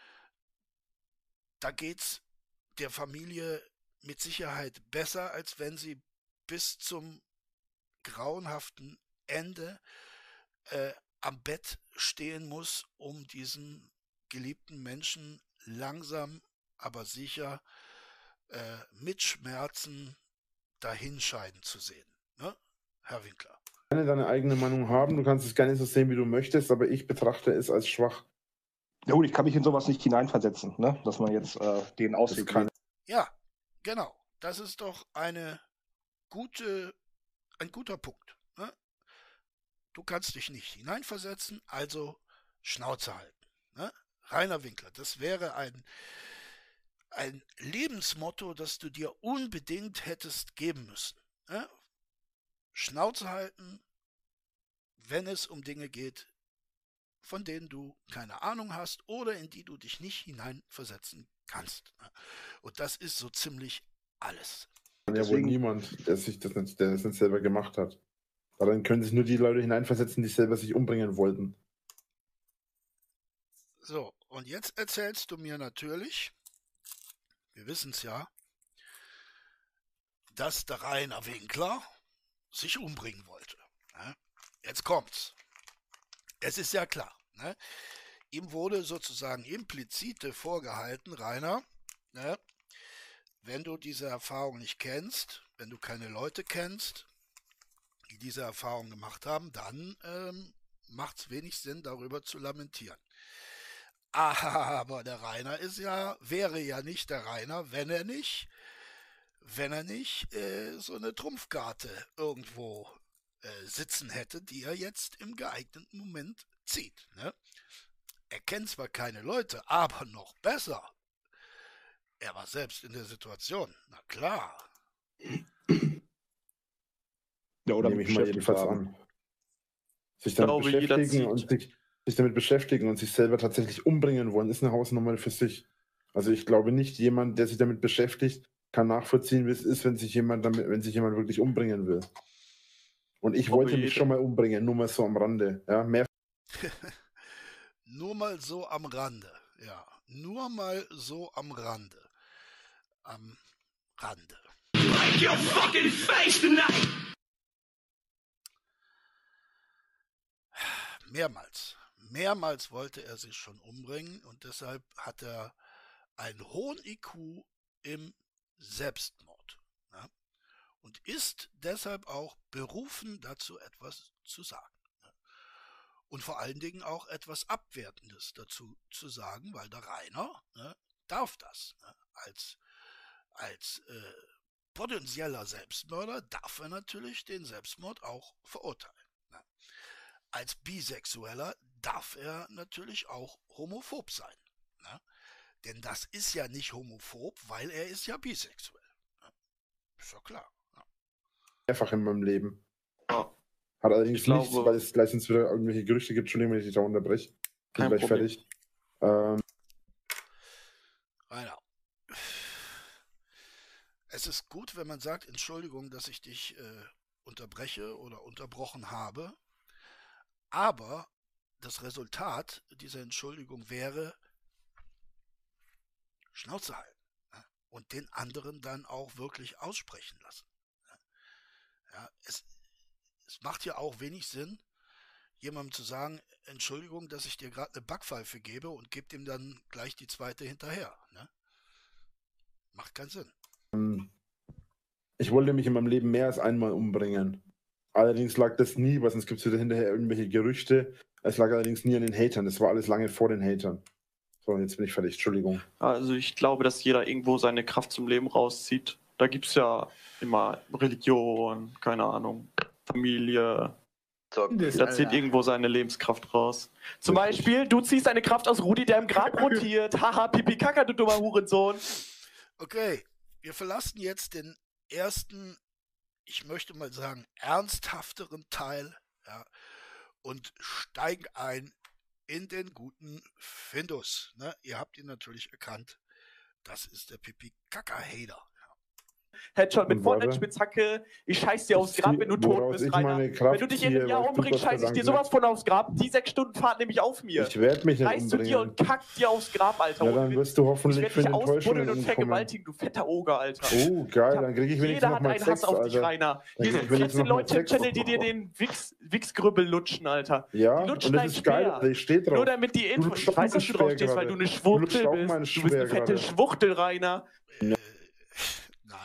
da geht's der Familie mit Sicherheit besser, als wenn sie bis zum grauenhaften Ende äh, am Bett stehen muss, um diesen geliebten Menschen langsam, aber sicher äh, mit Schmerzen dahinscheiden zu sehen, ne? Herr Winkler. Du kannst deine eigene Meinung haben, du kannst es gerne so sehen, wie du möchtest, aber ich betrachte es als schwach. Ja gut, ich kann mich in sowas nicht hineinversetzen, ne? Dass man jetzt äh, den Ausweg kann. Ja, genau. Das ist doch eine gute, ein guter Punkt. Ne? Du kannst dich nicht hineinversetzen, also Schnauze halten. Ne? Rainer Winkler, das wäre ein, ein Lebensmotto, das du dir unbedingt hättest geben müssen. Ne? Schnauze halten, wenn es um Dinge geht, von denen du keine Ahnung hast oder in die du dich nicht hineinversetzen kannst. Und das ist so ziemlich alles. Ja, wohl niemand, der sich das nicht, der das nicht selber gemacht hat. Aber dann können sich nur die Leute hineinversetzen, die selber sich umbringen wollten. So, und jetzt erzählst du mir natürlich, wir wissen es ja, dass der Rainer Winkler sich umbringen wollte. Ne? Jetzt kommt's. Es ist ja klar. Ne? Ihm wurde sozusagen implizite vorgehalten, Rainer, ne? Wenn du diese Erfahrung nicht kennst, wenn du keine Leute kennst, die diese Erfahrung gemacht haben, dann ähm, macht es wenig Sinn, darüber zu lamentieren. Aber der Rainer ist ja, wäre ja nicht der Rainer, wenn er nicht, wenn er nicht äh, so eine Trumpfkarte irgendwo äh, sitzen hätte, die er jetzt im geeigneten Moment zieht. Ne? Er kennt zwar keine Leute, aber noch besser. Er war selbst in der Situation. Na klar. Ja, oder nehme ich mal jedenfalls an. Sich damit glaube, jeder beschäftigen zieht. und sich, sich damit beschäftigen und sich selber tatsächlich umbringen wollen, ist eine Hausnummer für sich. Also ich glaube nicht, jemand, der sich damit beschäftigt, kann nachvollziehen, wie es ist, wenn sich jemand damit, wenn sich jemand wirklich umbringen will. Und ich glaube, wollte mich jeder- schon mal umbringen, nur mal so am Rande. Ja, mehr Nur mal so am Rande. Ja, nur mal so am Rande. Am Rande. Break your fucking face tonight! Mehrmals. Mehrmals wollte er sich schon umbringen und deshalb hat er einen hohen I Q im Selbstmord. Ja? Und ist deshalb auch berufen, dazu etwas zu sagen. Ja? Und vor allen Dingen auch etwas Abwertendes dazu zu sagen, weil der Rainer ne, darf das. Ne? Als, als äh, potenzieller Selbstmörder darf er natürlich den Selbstmord auch verurteilen. Ne? Als Bisexueller darf er natürlich auch homophob sein. Ne? Denn das ist ja nicht homophob, weil er ist ja bisexuell. Ne? Ist ja klar. Ne? mehrfach in meinem Leben. Ja. Hat allerdings Ich glaube- nichts, weil es gleich sonst wieder irgendwelche Gerüchte gibt. Entschuldigung, wenn ich dich da unterbreche. Bin Kein gleich Problem. fertig. Ähm, Rainer. Es ist gut, wenn man sagt, Entschuldigung, dass ich dich äh, unterbreche oder unterbrochen habe. Aber das Resultat dieser Entschuldigung wäre Schnauze halten. Ja? Und den anderen dann auch wirklich aussprechen lassen. Ja? Ja, es, es macht ja auch wenig Sinn, jemandem zu sagen, Entschuldigung, dass ich dir gerade eine Backpfeife gebe und gebe ihm dann gleich die zweite hinterher. Ne? Macht keinen Sinn. Ich wollte mich in meinem Leben mehr als einmal umbringen. Allerdings lag das nie, weil sonst gibt es wieder hinterher irgendwelche Gerüchte. Es lag allerdings nie an den Hatern. Das war alles lange vor den Hatern. So, jetzt bin ich fertig. Entschuldigung. Also ich glaube, dass jeder irgendwo seine Kraft zum Leben rauszieht. Da gibt es ja immer Religion, keine Ahnung, Familie. Das, Da zieht Alter. irgendwo seine Lebenskraft raus. Zum Richtig. Beispiel, du ziehst deine Kraft aus Rudi, der im Grab rotiert. Haha, Pipi Kaka, du dummer Hurensohn. Okay, wir verlassen jetzt den ersten, ich möchte mal sagen, ernsthafteren Teil, ja, und steigen ein in den guten Findus. Ne? Ihr habt ihn natürlich erkannt. Das ist der Pipi-Kaka-Hater. Headshot mit Und warte. Fortnite-Spitzhacke. Ich scheiß dir aufs Ich Grab, zieh- wenn du tot woraus bist, ich Rainer. meine Kraft Wenn du dich in einem ziehe, Jahr weißt du, umbringst, Gott sei scheiß ich Dank dir nicht. sowas von aufs Grab. Die sechs Stunden Fahrt nämlich auf mir. Ich werde mich nicht Reiß zu dir und umbringen. kack dir aufs Grab, Alter. Ja, Ohne dann Witz. wirst du Ich hoffentlich werde für dich eine ausbuddeln Enttäuschung und umkommen. vergewaltigen, du fetter Oger, Alter. Oh, geil, dann kriege ich wenigstens Jeder noch hat mal einen Hass Sex, auf dich, Alter. Rainer. Dann Hier krieg sind ich wenigstens vierzehn noch mal Leute im Sex. Channel, die dir den Wichs, Wichsgrübbel lutschen, Alter. Ja, Die und lutschen das dein ist geil, Speer. Alter, ich stehe drauf. Nur damit die Info. lutscht Ich auch weiß, dass du meinen drauf stehst, Speer weil du gerade. eine Schwuchtel Du lutscht auch bist. meinen Du bist eine Speer fette gerade. Schwuchtel, Rainer. Äh, nein,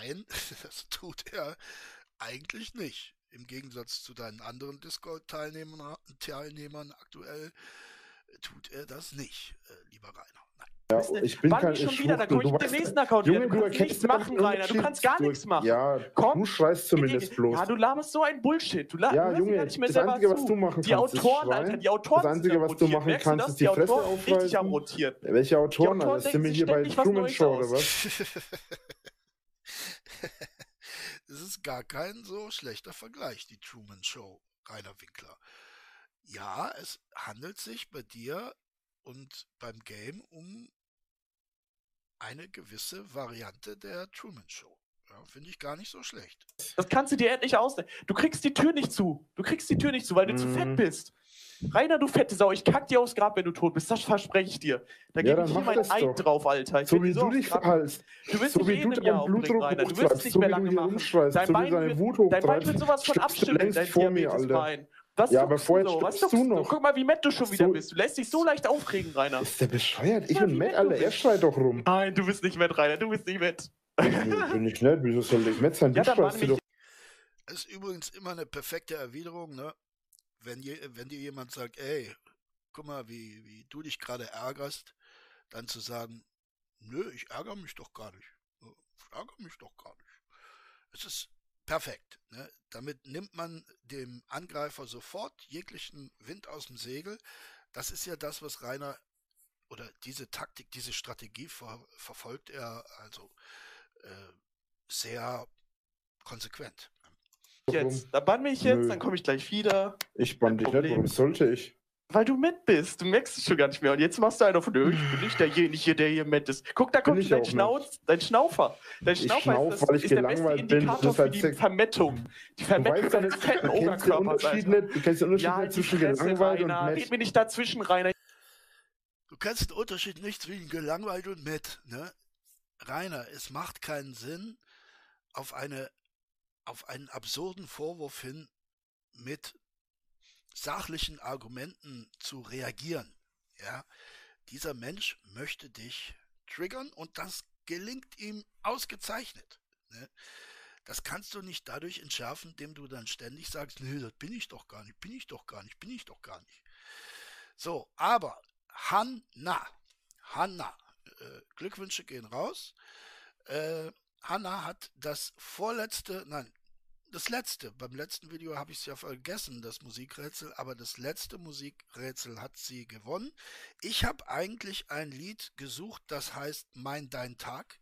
Nein, das tut er eigentlich nicht. Im Gegensatz zu deinen anderen Discord-Teilnehmern Teilnehmern aktuell tut er das nicht, äh, lieber Rainer. Nein. Ja, ich bin Wann kein schon wieder? Dann komme ich Schwuchtel. mit dem nächsten Account Junge, wieder. Du du kannst nichts erkennst machen, den Rainer. Du kannst gar Unterschied. nichts machen. Ja, Komm, du schreist zumindest bloß. Ja, du laberst so ein Bullshit. Du la- Ja, hörst Junge, gar nicht mehr das selber Einzige, zu. was du machen Die kannst, ist Autoren, schreien. Alter, die Autoren Das Einzige, sind am was du rotieren. machen Merkst du kannst, das? ist die Die Fresse Autoren sind richtig am aufreißen. rotieren. Welche Autoren? Die Autoren Alter? Sind wir denken hier sich bei ständig was Truman Neues Show oder aus. was? Das ist gar kein so schlechter Vergleich, die Truman Show, Rainer Winkler. Ja, es handelt sich bei dir und beim Game um eine gewisse Variante der Truman Show. Ja, finde ich gar nicht so schlecht. Das kannst du dir endlich ausdenken. Du kriegst die Tür nicht zu. Du kriegst die Tür nicht zu, weil du Mhm. zu fett bist. Rainer, du fette Sau, ich kack dir aufs Grab, wenn du tot bist. Das verspreche ich dir. Da Ja, gebe dann ich hier mach mein das Eid doch. drauf, Alter. Ich So werd wie dir du aufs dich Grab- verhaltst, Du wirst so dich wie eh du in einem Jahr deinen umbringen, Blutdruck Rainer. Du wirst es hochtreibst, nicht so mehr wie du lange hier machen. rumschreist, Dein so wie Bein, du deine wird, Wut dein Bein hochtreibst, wird sowas von stirbst du abstimmen, längst dein vor mir, Alter. Diabetesbein. Was Ja, aber zuckst du vorher so? Was stirbst zuckst du noch. Guck mal, wie matt du schon wieder So- bist. Du lässt dich so leicht aufregen, Rainer. Ist der bescheuert? Ich Guck mal, und wie Matt, nett du Alter, er bist. schreit doch rum. Nein, du bist nicht Matt, Rainer. Du bist nicht Matt. Nee, bin ich nicht, wieso soll ich Matt sein? Du Ja, dann schreist bann dir mich. doch. Das ist übrigens immer eine perfekte Erwiderung, ne? Wenn, je, wenn dir jemand sagt, ey, guck mal, wie, wie du dich gerade ärgerst, dann zu sagen, nö, ich ärgere mich doch gar nicht. Ich ärgere mich doch gar nicht. Es ist perfekt. Ne? Damit nimmt man dem Angreifer sofort jeglichen Wind aus dem Segel. Das ist ja das, was Rainer, oder diese Taktik, diese Strategie ver, verfolgt er also äh, sehr konsequent. Jetzt, da bann mich jetzt, Nö. dann komme ich gleich wieder. Ich bann dich nicht, Problem. warum sollte ich? Weil du Matt bist. Du merkst es schon gar nicht mehr. Und jetzt machst du einen auf, nö, ich bin nicht derjenige, der hier Matt ist. Guck, da Bin kommt ich dein auch Schnauz, dein Schnaufer. Dein Ich Schnaufer schnauf, ist, das, weil ich ist der beste gelangweilt bin. Indikator Das für heißt, die der- Vermettung. Die Du Vermettung weißt ja deines nicht, fetten du kennst den Oberkörpers, Unterschied Alter. nicht, du kennst den Unterschied Ja, nicht die zwischen Fresse, gelangweilt und Rainer. Matt. Red mir nicht dazwischen, Rainer. Du kennst den Unterschied nicht zwischen gelangweilt und Matt, ne? Rainer, es macht keinen Sinn, auf eine, auf einen absurden Vorwurf hin mit sachlichen Argumenten zu reagieren. Ja, dieser Mensch möchte dich triggern und das gelingt ihm ausgezeichnet. Ne? Das kannst du nicht dadurch entschärfen, indem du dann ständig sagst, nee, das bin ich doch gar nicht, bin ich doch gar nicht, bin ich doch gar nicht. So, aber Hanna, Hanna, äh, Glückwünsche gehen raus. Äh, Hanna hat das vorletzte, nein, das letzte, beim letzten Video habe ich es ja vergessen, das Musikrätsel, aber das letzte Musikrätsel hat sie gewonnen. Ich habe eigentlich ein Lied gesucht, das heißt Mein Dein Tag,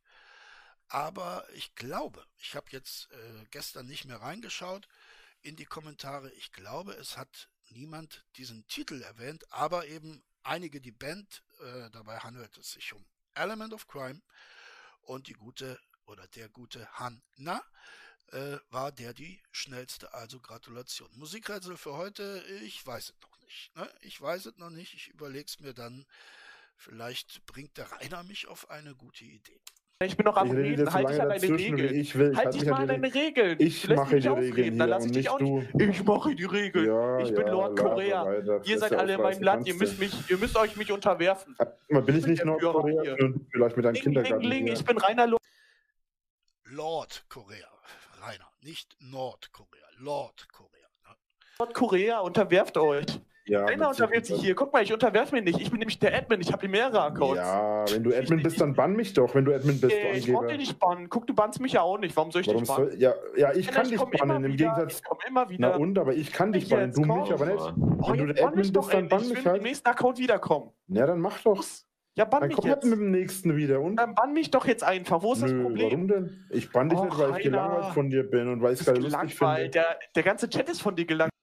aber ich glaube, ich habe jetzt äh, gestern nicht mehr reingeschaut in die Kommentare, ich glaube, es hat niemand diesen Titel erwähnt, aber eben einige die Band, äh, dabei handelt es sich um Element of Crime und die gute oder der gute Hanna äh, war der die schnellste, also Gratulation. Musikrätsel für heute, ich weiß es noch nicht. Ne? Ich weiß es noch nicht, ich überlege es mir dann, vielleicht bringt der Rainer mich auf eine gute Idee. Ich bin noch am Ich rede Reden, jetzt so halt dich lange an deine dazwischen, wie Regeln. ich will. Ich Halt halte dich mich mal an an die deine Regeln. Ich Du lässt mache mich die nicht Regeln ausreden, dann hier lass ich und dich nicht auch du. nicht. Ich mache die Regeln. Ja, ich bin ja, Lord laber Korea. weiter. Ihr Das seid ist alle in aufreißen meinem Land, ihr kannst müsst du. mich, ihr müsst euch mich unterwerfen. Mal, bin ich Ich bin nicht der Nordkorea, Führer sondern du vielleicht mit deinem Ling, Kindergarten ling, ling, hier. ich bin Rainer Lo Lord-Korea, Rainer, nicht Nordkorea, Lord-Korea. Ne? Nordkorea, unterwerft euch. Ja, Rainer mit unterwirft sich Sicherheit. hier. Guck mal, ich unterwerfe mich nicht. Ich bin nämlich der Admin. Ich habe hier mehrere Accounts. Ja, wenn du Ich Admin nicht- bist, dann bann mich doch, wenn du Admin bist, du Okay, ich brauch Angeber. dich nicht bannen. Guck, du bannst mich ja auch nicht. Warum soll ich Warum dich bannen? soll, ja, ja, ich Rainer, kann dich komm immer bannen, im wieder. Gegensatz. Ich komm immer wieder. Na und, aber ich kann dich bannen, Jetzt du komm. mich aber nicht. Oh, Wenn du jetzt der bann mich Admin doch bist, dann endlich. bann Ich will mich mit dem halt. nächsten Account wiederkommen. Ja, dann mach doch. Ja, bann Dann mich komm halt jetzt. mit dem nächsten wieder. Und? Dann bann mich doch jetzt einfach. Wo ist das Nö, Problem? warum denn? Ich bann dich Och, nicht, weil ich Rainer. gelangweilt von dir bin und weil ich es Das gerade ist lustig gelangweilt. finde. Der, der ganze Chat ist von dir gelangweilt.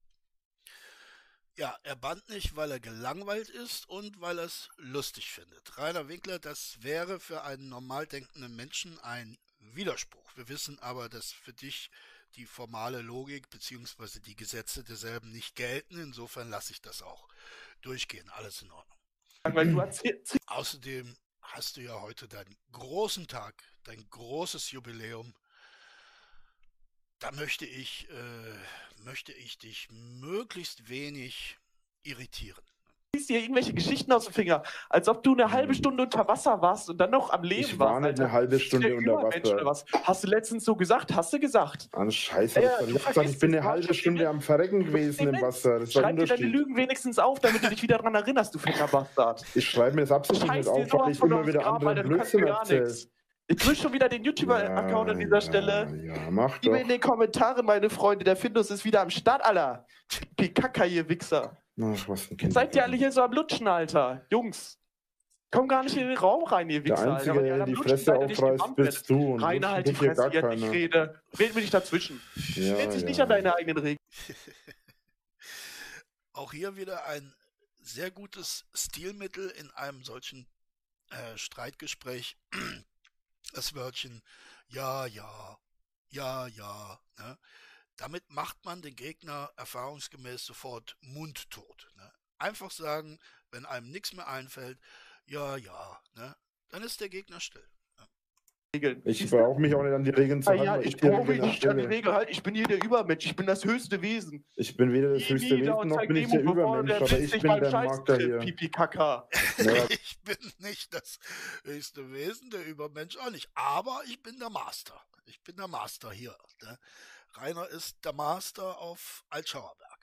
Ja, er bannt nicht, weil er gelangweilt ist und weil er es lustig findet. Rainer Winkler, das wäre für einen normal denkenden Menschen ein Widerspruch. Wir wissen aber, dass für dich die formale Logik bzw. die Gesetze derselben nicht gelten. Insofern lasse ich das auch durchgehen. Alles in Ordnung. Weil du erzählst. Außerdem hast du ja heute deinen großen Tag, dein großes Jubiläum. Da möchte ich, äh, möchte ich dich möglichst wenig irritieren. Jetzt dir irgendwelche Geschichten aus dem Finger, als ob du eine halbe Stunde unter Wasser warst und dann noch am Leben Ich warst. war nicht eine halbe Stunde unter Wasser. Oder was? Hast du letztens so gesagt? Hast du gesagt? Ah, Scheiße, Ja, ich, du hab gesagt, vergisst ich bin es, eine Mann. halbe Stunde am Verrecken gewesen im Wasser. Das ist doch ein Schreib dir deine Unterschied. Lügen wenigstens auf, damit du dich wieder daran erinnerst, du fetter Bastard. Ich schreibe mir das absichtlich Scheiß nicht dir auf, weil sowas ich von immer aufs wieder Grab, andere Alter, du kannst Blödsinn mir gar erzähle. nichts. Ich grüße schon wieder den YouTuber-Account an dieser Stelle. Ja, mach Gib doch. mir in den Kommentaren, meine Freunde, der Findus ist wieder am Start, Alter. Pikaka, ihr Wichser. Ach, was ein Kind. Seid ihr alle hier so am Lutschen, Alter? Jungs. Komm gar nicht in den Raum rein, ihr Der Wichser, Einzige, Alter. der Weil die ihr am Fresse Lutschen seid und nicht aufreißt, gebannt bist werdet. du. Und Rainer, Lutschen halt die tut hier Fresse, gar jetzt ich keiner. rede. Red mir nicht dazwischen. Ja, Red dich ja. nicht an deine eigenen Regeln. Auch hier wieder ein sehr gutes Stilmittel in einem solchen äh, Streitgespräch. Das Wörtchen ja, ja, ja, ja. Ne? Damit macht man den Gegner erfahrungsgemäß sofort mundtot. Ne? Einfach sagen, wenn einem nichts mehr einfällt, ja, ja, ne? Dann ist der Gegner still. Regeln. Ich brauche mich auch nicht an die Regeln zu Ah, halten. ja, weil ich bin brauche mich an der nicht an die Stelle. Regel halten. Ich bin hier der Übermensch. Ich bin das höchste Wesen. Ich bin weder das Geh höchste nieder Wesen, und noch zeig bin ich Demo, der bevor Übermensch, der aber Blitz ich dich bin beim der Scheiß Makler trifft, hier. Pipi Kaka. Ja, Ich bin nicht das höchste Wesen, der Übermensch auch nicht. Aber ich bin der Master. Ich bin der Master hier. Ne? Rainer ist der Master auf Altschauerberg.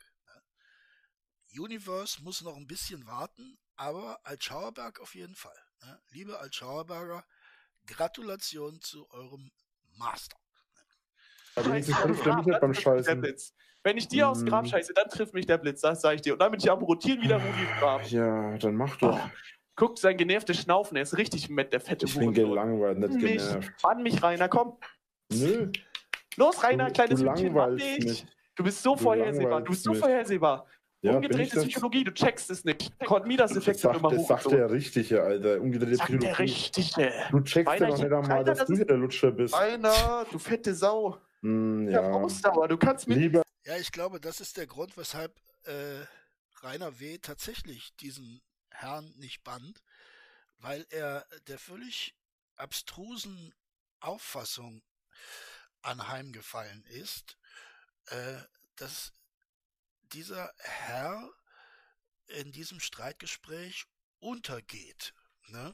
Ne? Universe muss noch ein bisschen warten, aber Altschauerberg auf jeden Fall. Ne? Liebe Altschauerberger, Gratulation zu eurem Master. wenigstens trifft er mich nicht beim Der Scheißen. Blitz. Wenn ich dir aufs Grab Mm. scheiße, dann trifft mich der Blitz, das sag ich dir. Und dann bin ich am Rotieren wieder Rudi im Grab. Ja, dann mach doch. Guckt sein genervtes Schnaufen, er ist richtig mit der fette Ich bin Hurensohn. gelangweilt, nicht Mich, genervt. Bann mich, Rainer, komm. Nö, Los, Rainer, du, kleines du Hündchen, bann langweilst dich. mich. Du bist so Du vorhersehbar, du bist so langweilst mich. vorhersehbar. Ja, bin ich Umgedrehte das? Psychologie, du checkst es nicht. Cornelius-Effekt Das wird sagt, immer das sagt hochgezogen. der Richtige, Alter. Umgedrehte Sagt der Psychologie. Richtige. Du checkst Rainer, ja noch nicht einmal, Rainer, dass das du ist- hier der Lutscher bist. Rainer, du fette Sau. Hm, Ja, ja. Ausdauer, du kannst mir Lieber, Ja, ich glaube, das ist der Grund, weshalb äh, Rainer W. tatsächlich diesen Herrn nicht bannt, weil er der völlig abstrusen Auffassung anheimgefallen ist, äh, dass dieser Herr in diesem Streitgespräch untergeht. Ne?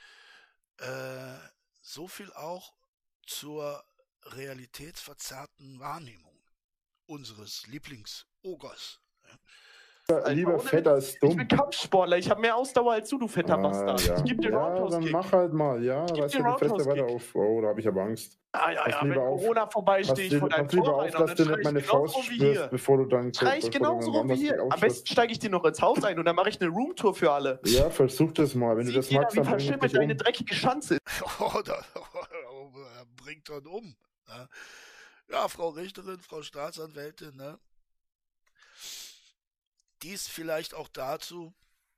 Äh, so viel auch zur realitätsverzerrten Wahrnehmung unseres Lieblingsogers. lieber ohne Fett als Ich dumm. bin Kampfsportler, ich habe mehr Ausdauer als du, du fetter Ah, Bastard. ja. Ich geb dir ja, Roundhouse dann Kick. mach halt mal. Ja, geb reiß dir dir die Fresse Roundhouse weiter Kick. auf. Oh, da habe ich aber Angst. Ah, ja, Pass ja, wenn lieber auf. Corona vorbei Pass, stehe ich vor dir, deinem pass lieber Tor auf, rein und dass dann du schrei nicht ich meine genauso Faust rum wie spürst, hier. bevor du dann Schrei ich bevor du genauso dann rum wie woanders hier. dich Am ausschießt. besten steige ich dir noch ins Haus ein und dann mache ich eine Roomtour für alle. Ja, versuch das mal. Wenn du Sieht das jeder, magst, wie dann bring ich verschimmelt dich deine um. dreckige Schanze ist. Oh, da, er bringt dann um. Ne? Ja, Frau Richterin, Frau Staatsanwältin, ne? Dies vielleicht auch dazu,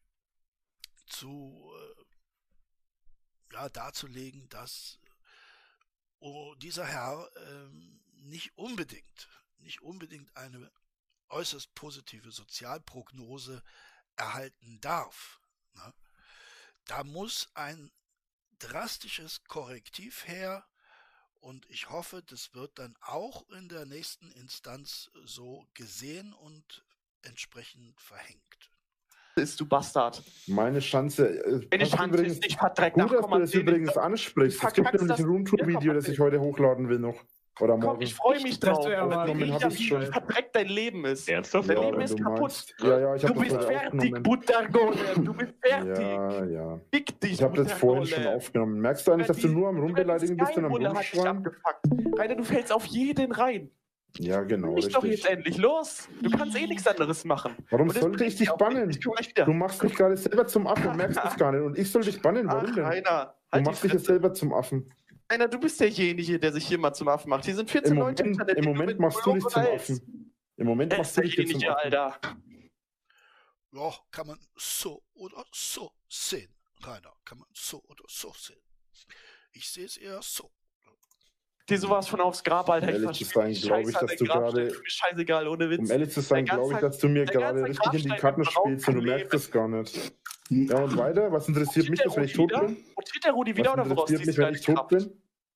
zu, äh, ja, darzulegen, dass oh, dieser Herr ähm, nicht unbedingt, nicht unbedingt eine äußerst positive Sozialprognose erhalten darf. Ne? Da muss ein drastisches Korrektiv her und ich hoffe, das wird dann auch in der nächsten Instanz so gesehen und entsprechend verhängt. Ist du Bastard. Meine Schanze. äh, Meine passt Schanze übrigens- ist nicht verdreckt. Gut, Ach, dass komm, du das erzähl übrigens nicht. ansprichst. Du Es gibt verkackst nämlich ein das- Roomtour-Video, Ja, komm, das ich heute hochladen will noch. Oder Komm, morgen. ich freue mich Dass drauf. du ja mal- Wie Aufgenommen hab ich's schon. verdreckt dein Leben ist. Ernsthaft? Dein Ja, Leben wenn ist du kaputt. meinst. Ja, ja, ich Du habe das bist heute fertig, aufgenommen. Buttergolem. Du bist fertig. Ja, ja. Fick dich, Ich habe das vorhin schon Buttergolem. aufgenommen. Merkst du eigentlich, dass du nur am Rumbeleidigen bist und am Skybulle hat dich Rumschreien? abgefuckt. Rainer, du fällst auf jeden rein. Ja, genau, Mich doch jetzt richtig. endlich los. Du kannst eh nichts anderes machen. Warum Und das sollte ich bringt dich dir auch bannen? nichts. Ich komm gleich wieder. Du machst mich gerade selber zum Affen und merkst es gar nicht. Und ich soll dich bannen. Warum Ach, denn? Rainer, Du halt machst die dich jetzt Fresse. selber zum Affen. Rainer, du bist derjenige, der sich hier mal zum Affen macht. Hier sind vierzehn Im Leute Moment, Internet, im die Moment mit machst du dich Blut zum hältst. Affen. Im Moment Er machst ist du dich jetzt zum derjenige, Affen. Alter. Ja, kann man so oder so sehen, Rainer. Kann man so oder so sehen. Ich sehe es eher so. Dir sowas von aufs Grab, Alter. Um Ich ehrlich zu verschwinde sein, die glaube Scheiße ich, an dass der du Grabstätte. gerade- Mir scheißegal, ohne Witz. Um ehrlich zu sein, Der glaube ich, ganze- dass du mir der gerade ganze richtig in die Grabstein Karten mit Rauch spielst und du Leben. merkst es gar nicht. Ja, und weiter? Was interessiert mich, der das, wenn ich Rudi tot wieder? bin? Rotiert der Rudi wieder Was oder woraus interessiert ziehst mich, du wenn deine ich tot Kraft? bin?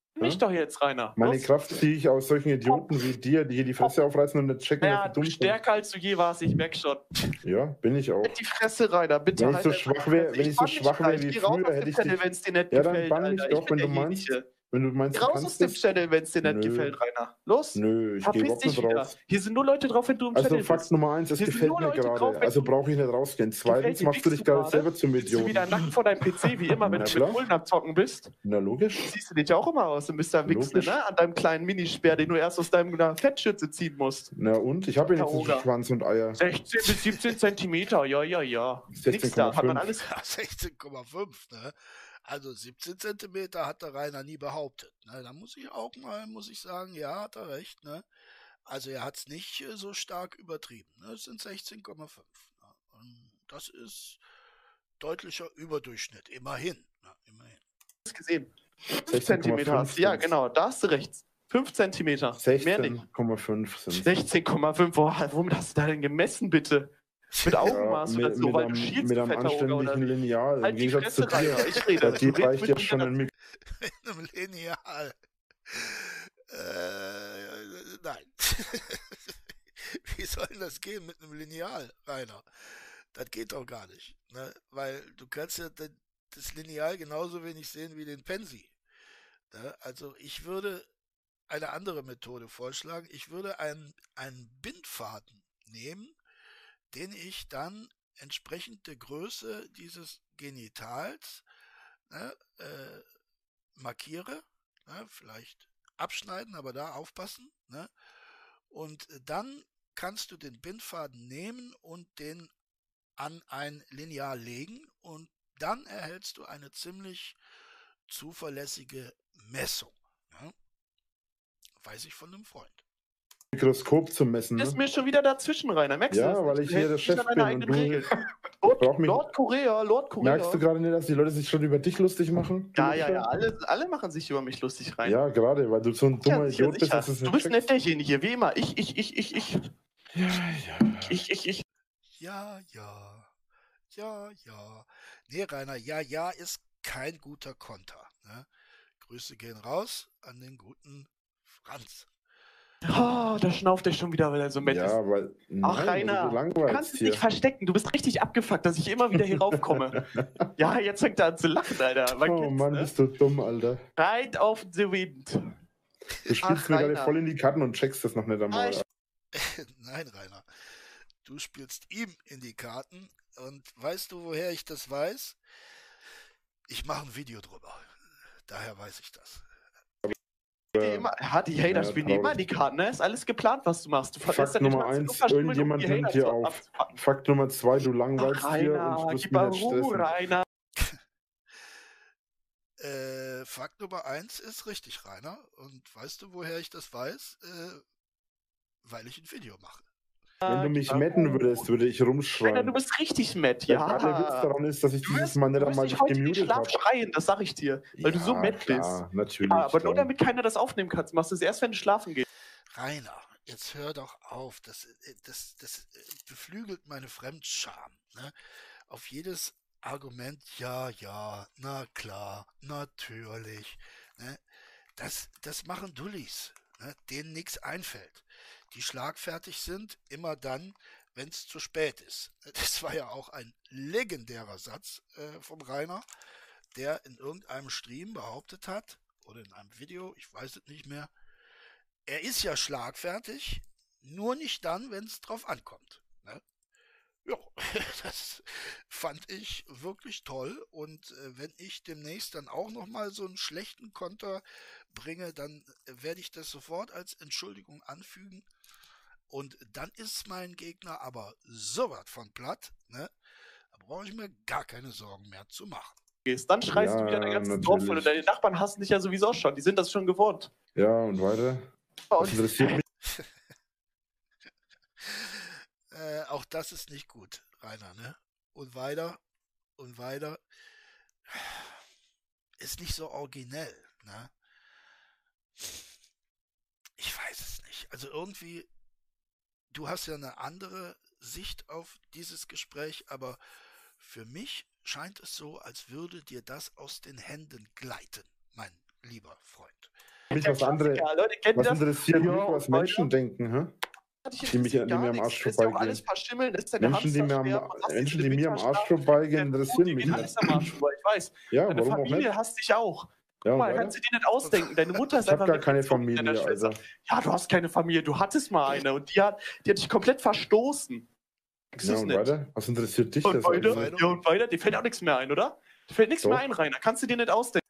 Mich doch jetzt, Rainer. Meine Los. Kraft ziehe ich aus solchen Idioten wie dir, die hier die Fresse aufreißen und nicht checken, Ja, dass sie dumm sind. stärker als du je warst, ich merk schon. Ja, bin ich auch. Halt die Fresse, Rainer, bitte. Wenn ich halt so einfach schwach die wäre, Fresse. wenn ich so bann dich schwach gleich. wäre wie Geh raus früher, aus hätte dem ich Channel, dich. wenn es dir nicht Ja, dann gefällt, bann mich Alter. doch, Ich bin wenn du der meinst. Jenige. Wenn du meinst, Geh du raus aus kannst dem das. Channel, wenn es dir nicht Nö. gefällt, Rainer. Los. Nö, ich gehe Verpiss überhaupt dich nicht wieder. raus. Hier sind nur Leute drauf, wenn du im Also Channel Fakt bist. Nummer eins, es Hier sind gefällt nur mir Leute gerade. drauf, wenn Also du- brauche ich nicht rausgehen. Zweitens dir, machst du wichst dich du gerade gerade? selber zum Bist du Idioten. wieder nackt vor deinem P C, wie immer, wenn Na du klar. mit Bullen am Zocken bist? Na logisch. Siehst du dich ja auch immer aus und bist da wichsen, Logisch. ne? An deinem kleinen Minisperr, den du erst aus deinem Fettschürze ziehen musst. Na und? Ich habe ja nicht so Taoga. viel Schwanz und Eier. sechzehn bis siebzehn Zentimeter, ja, ja, ja. Nix sechzehn da, Komma hat man fünf. alles. Ja, sechzehn Komma fünf, ne? Also siebzehn Zentimeter hat der Rainer nie behauptet. Ne? Da muss ich auch mal, muss ich sagen, ja, hat er recht, ne? Also er hat es nicht äh, so stark übertrieben. Ne? Es sind sechzehn Komma fünf. Ne? Und das ist deutlicher Überdurchschnitt, immerhin. Ne? Immerhin. Das gesehen. fünf sechzehn Komma Zentimeter hast du, ja, fünf. genau, da hast du recht. fünf Zentimeter, mehr nicht. sechzehn Komma fünf sind sechzehn Komma fünf, boah, womit hast du da denn gemessen, bitte? Mit Augenmaß oder mit, so, mit weil einem, du schielst, mit du einem fetter Auge, oder? anständigen Lineal. Halt Im die Gegensatz zu Fresse, dir. Rainer, ich rede. Bei Du dir redest reicht mit ja mir schon ein dazu. Mikro. Mit einem Lineal. Äh, nein. Wie soll denn das gehen mit einem Lineal, Rainer? Das geht doch gar nicht. Ne? Weil du kannst ja de- das Lineal genauso wenig sehen wie den Pensi. Ne? Also ich würde eine andere Methode vorschlagen. Ich würde einen, einen Bindfaden nehmen, den ich dann entsprechend der Größe dieses Genitals ne, äh, markiere. Ne? Vielleicht abschneiden, aber da aufpassen. Ne? Und dann kannst du den Bindfaden nehmen und den an ein Lineal legen und dann erhältst du eine ziemlich zuverlässige Messung. Ja? Weiß ich von einem Freund. Mikroskop zu messen. Du bist Ne? mir schon wieder dazwischen, Rainer. Merkst du Ja, das? weil nicht? ich Du hier der hältst dich Chef an bin deine und eigenen du. Regeln. Ich brauch Lord, mich, Lord Korea, Lord Korea. merkst du gerade nicht, dass die Leute sich schon über dich lustig machen? Ja, ja, ja, alle, alle machen sich über mich lustig, Rainer. Ja, gerade, weil du so ein dummer Ja, sicher, Idiot bist, sicher. dass du es Du nicht bist checkst. nicht derjenige, wie immer. Ich, ich, ich, ich, ich. Ja, ja. Ich, ich, ich. Ja, ja. Ja, ja. Nee, Rainer, ja, ja ist kein guter Konter. Ne? Grüße gehen raus an den guten Franz. Oh, da schnauft er schon wieder, weil er so nett ist. Ja, weil. Ach, nein, Rainer, du du langweilst kannst es hier. nicht verstecken. Du bist richtig abgefuckt, dass ich immer wieder hier raufkomme. Ja, jetzt fängt er an zu lachen, Alter. Man Oh kennt's, Mann, ne? bist du dumm, Alter. Right off the wind. Du spielst Ach, mir gerade Rainer. voll in die Karten und checkst das noch nicht einmal. Ah, ich- Nein, Rainer. Du spielst ihm in die Karten und weißt du, woher ich das weiß? Ich mache ein Video drüber. Daher weiß ich das. Die immer, ja, die Hater Ja, spielen die immer traurig. die Karten, ne? Ist alles geplant, was du machst. Du verlässt Fakt ja nicht Nummer mal zu eins, verschwimmen, um irgendjemand die nimmt Hater hier zu- auf. abzupacken. Fakt Nummer zwei, du Ach, langweilst hier und Rainer, musst gib mich mal nicht Ruhe, stressen. Rainer. Äh, Fakt Nummer eins ist richtig, Rainer. Und weißt du, woher ich das weiß? Äh, weil ich ein Video mache. Wenn du mich Gib mal metten Ruhe. würdest, würde ich Rainer, rumschreien. du bist richtig mad, Der ja. wahre Witz daran ist, dass ich Du dieses wirst, Mal nicht du wirst einmal dich dich heute in den gemutet Schlaf habe. schreien, das sag ich dir. Weil du so Ja, mad bist. klar, natürlich. Ja, aber nur klar. damit keiner das aufnehmen kann. Du machst es erst, wenn du schlafen gehst. Rainer, jetzt hör doch auf. Das, äh, das, das äh, beflügelt meine Fremdscham. Ne? Auf jedes Argument, ja, ja, na klar, natürlich. Ne? Das, das machen Dullis, ne? Denen nichts einfällt. Die schlagfertig sind, immer dann, wenn es zu spät ist. Das war ja auch ein legendärer Satz äh, vom Rainer, der in irgendeinem Stream behauptet hat, oder in einem Video, ich weiß es nicht mehr, er ist ja schlagfertig, nur nicht dann, wenn es drauf ankommt. Ne? Ja, das fand ich wirklich toll und äh, wenn ich demnächst dann auch nochmal so einen schlechten Konter bringe, dann äh, werde ich das sofort als Entschuldigung anfügen und dann ist mein Gegner aber so was von platt, ne? Da brauche ich mir gar keine Sorgen mehr zu machen. gehst. Dann schreist Ja, du wieder dein ganzes Dorf voll und natürlich. deine Nachbarn hassen dich ja sowieso schon. Die sind das schon gewohnt. Ja, und weiter? Was interessiert mich? Äh, auch das ist nicht gut, Rainer, ne? Und weiter, und weiter. Ist nicht so originell, ne? Ich weiß es nicht. Also irgendwie, du hast ja eine andere Sicht auf dieses Gespräch, aber für mich scheint es so, als würde dir das aus den Händen gleiten, mein lieber Freund. Mich was, andere, Leute, kennt was ihr das? interessiert Ja, mich, was Menschen Leute. denken, hä? Ich Die, mich, die interessiert mir gar am nichts. Arsch Das ist ja auch alles vorbeigehen. verschimmelt, das ist ja der Menschen, die mir am, Hamsterschwer, was Menschen, ist die in mir der am Arsch Winterschlaf? vorbeigehen, Der interessieren Putin mich geht nicht. alles am Arsch vorbei, ich weiß. Ja, Deine warum auch Familie nicht? hasst dich auch. Ja, Guck und mal, weiter? kannst du dir nicht ausdenken. Deine Mutter ist Ich habe einfach gar keine weggezogen mit deiner Familie, Schwester. Alter. Ja, du hast keine Familie, du hattest mal eine und die hat, die hat dich komplett verstoßen. Das Ja, ist und nicht. weiter? Was interessiert dich Und das? weiter? eigentlich? Ja, und weiter? Dir fällt auch nichts mehr ein, oder? Dir fällt nichts Doch. mehr ein, Rainer. Kannst du dir nicht ausdenken.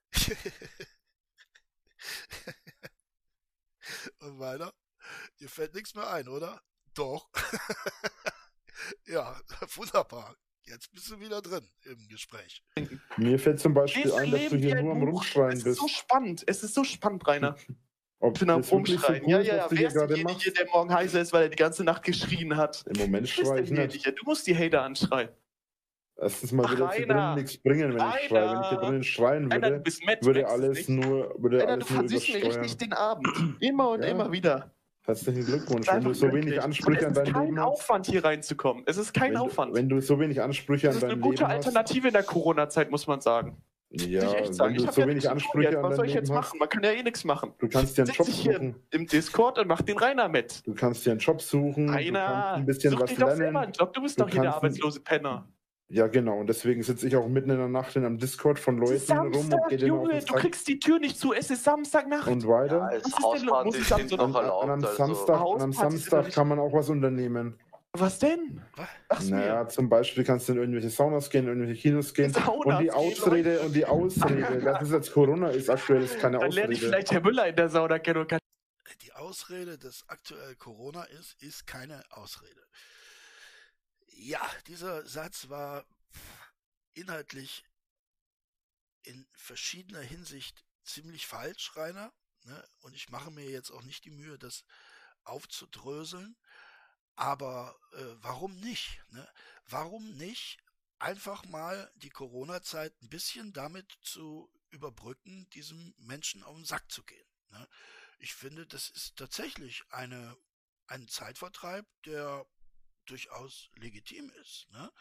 Und weiter? Dir fällt nichts mehr ein, oder? Doch. Ja, wunderbar. Jetzt bist du wieder drin im Gespräch. Mir fällt zum Beispiel Lest ein, dass du Leben wie hier ein nur am Buch. Rumschreien Es ist bist. so spannend. Es ist so spannend, Rainer. Ob Ich bin am das wirklich so Rumschreien. cool Ja, ist, ja, was ja. du Wer hier ist gerade derjenige, machst? der morgen heiser ist, weil er die ganze Nacht geschrien hat? Im Moment Du bist schreie ich nicht. derjenige. Du musst die Hater anschreien. Erstens mal Ach, würde es hier Rainer. drinnen nichts bringen, wenn ich schreie. Wenn ich hier Rainer. drinnen schreien Rainer, du würde, bist Mad würde Max, alles nicht? nur, würde Rainer, du alles nur versiehst mir übersteuern. richtig den Abend. Immer und Ja. immer wieder. Herzlichen Glückwunsch. Das ist Wenn du einfach so wenig glücklich. Ansprüche an Und es dein ist kein Leben hast, Aufwand, hier reinzukommen. Es ist kein wenn Aufwand. du, wenn du so wenig Ansprüche Das an ist eine dein gute Leben hast, Alternative in der Corona-Zeit, muss man sagen. ja, Muss ich echt sagen. wenn Ich du habe so ja wenig nichts zu tun Ansprüche jetzt. an Was dein soll ich Leben jetzt hast, machen? Man kann ja eh nichts machen. du kannst dir einen Setz Job dich hier suchen. im Discord und mach den Rainer mit. Du kannst dir einen Job suchen, du kannst Rainer, ein bisschen such was dir doch selber einen lernen. Job. Du bist Du doch hier der kannst ein- arbeitslose Penner. Ja, genau. Und deswegen sitze ich auch mitten in der Nacht in einem Discord von Es ist Leuten rum und Samstag, gehe denen auf Junge. den Du Sack. kriegst die Tür nicht zu. Es ist Samstagnacht. Und weiter. Ja, als Was ist denn los? Muss Hausparty ich sind dann so- noch An, an erlaubt. einem Also. Samstag, an einem Hauspartys sind doch Samstag nicht- kann man auch was unternehmen. Was denn? Sag's mir. Naja, zum Beispiel kannst du in irgendwelche Saunas gehen, in irgendwelche Kinos gehen. Saunas und die gehen, Ausrede, Leute. und die Ausrede, dass es jetzt Corona ist, aktuell ist keine Dann lerne ich Ausrede. vielleicht Herr Müller in der Sauna kennen und kann. Die Ausrede, dass aktuell Corona ist, ist keine Ausrede. Ja, dieser Satz war inhaltlich in verschiedener Hinsicht ziemlich falsch, Rainer. Ne? Und ich mache mir jetzt auch nicht die Mühe, das aufzudröseln. Aber äh, warum nicht? Ne? Warum nicht einfach mal die Corona-Zeit ein bisschen damit zu überbrücken, diesem Menschen auf den Sack zu gehen? Ne? Ich finde, das ist tatsächlich eine, ein Zeitvertreib, der durchaus legitim ist. Ne?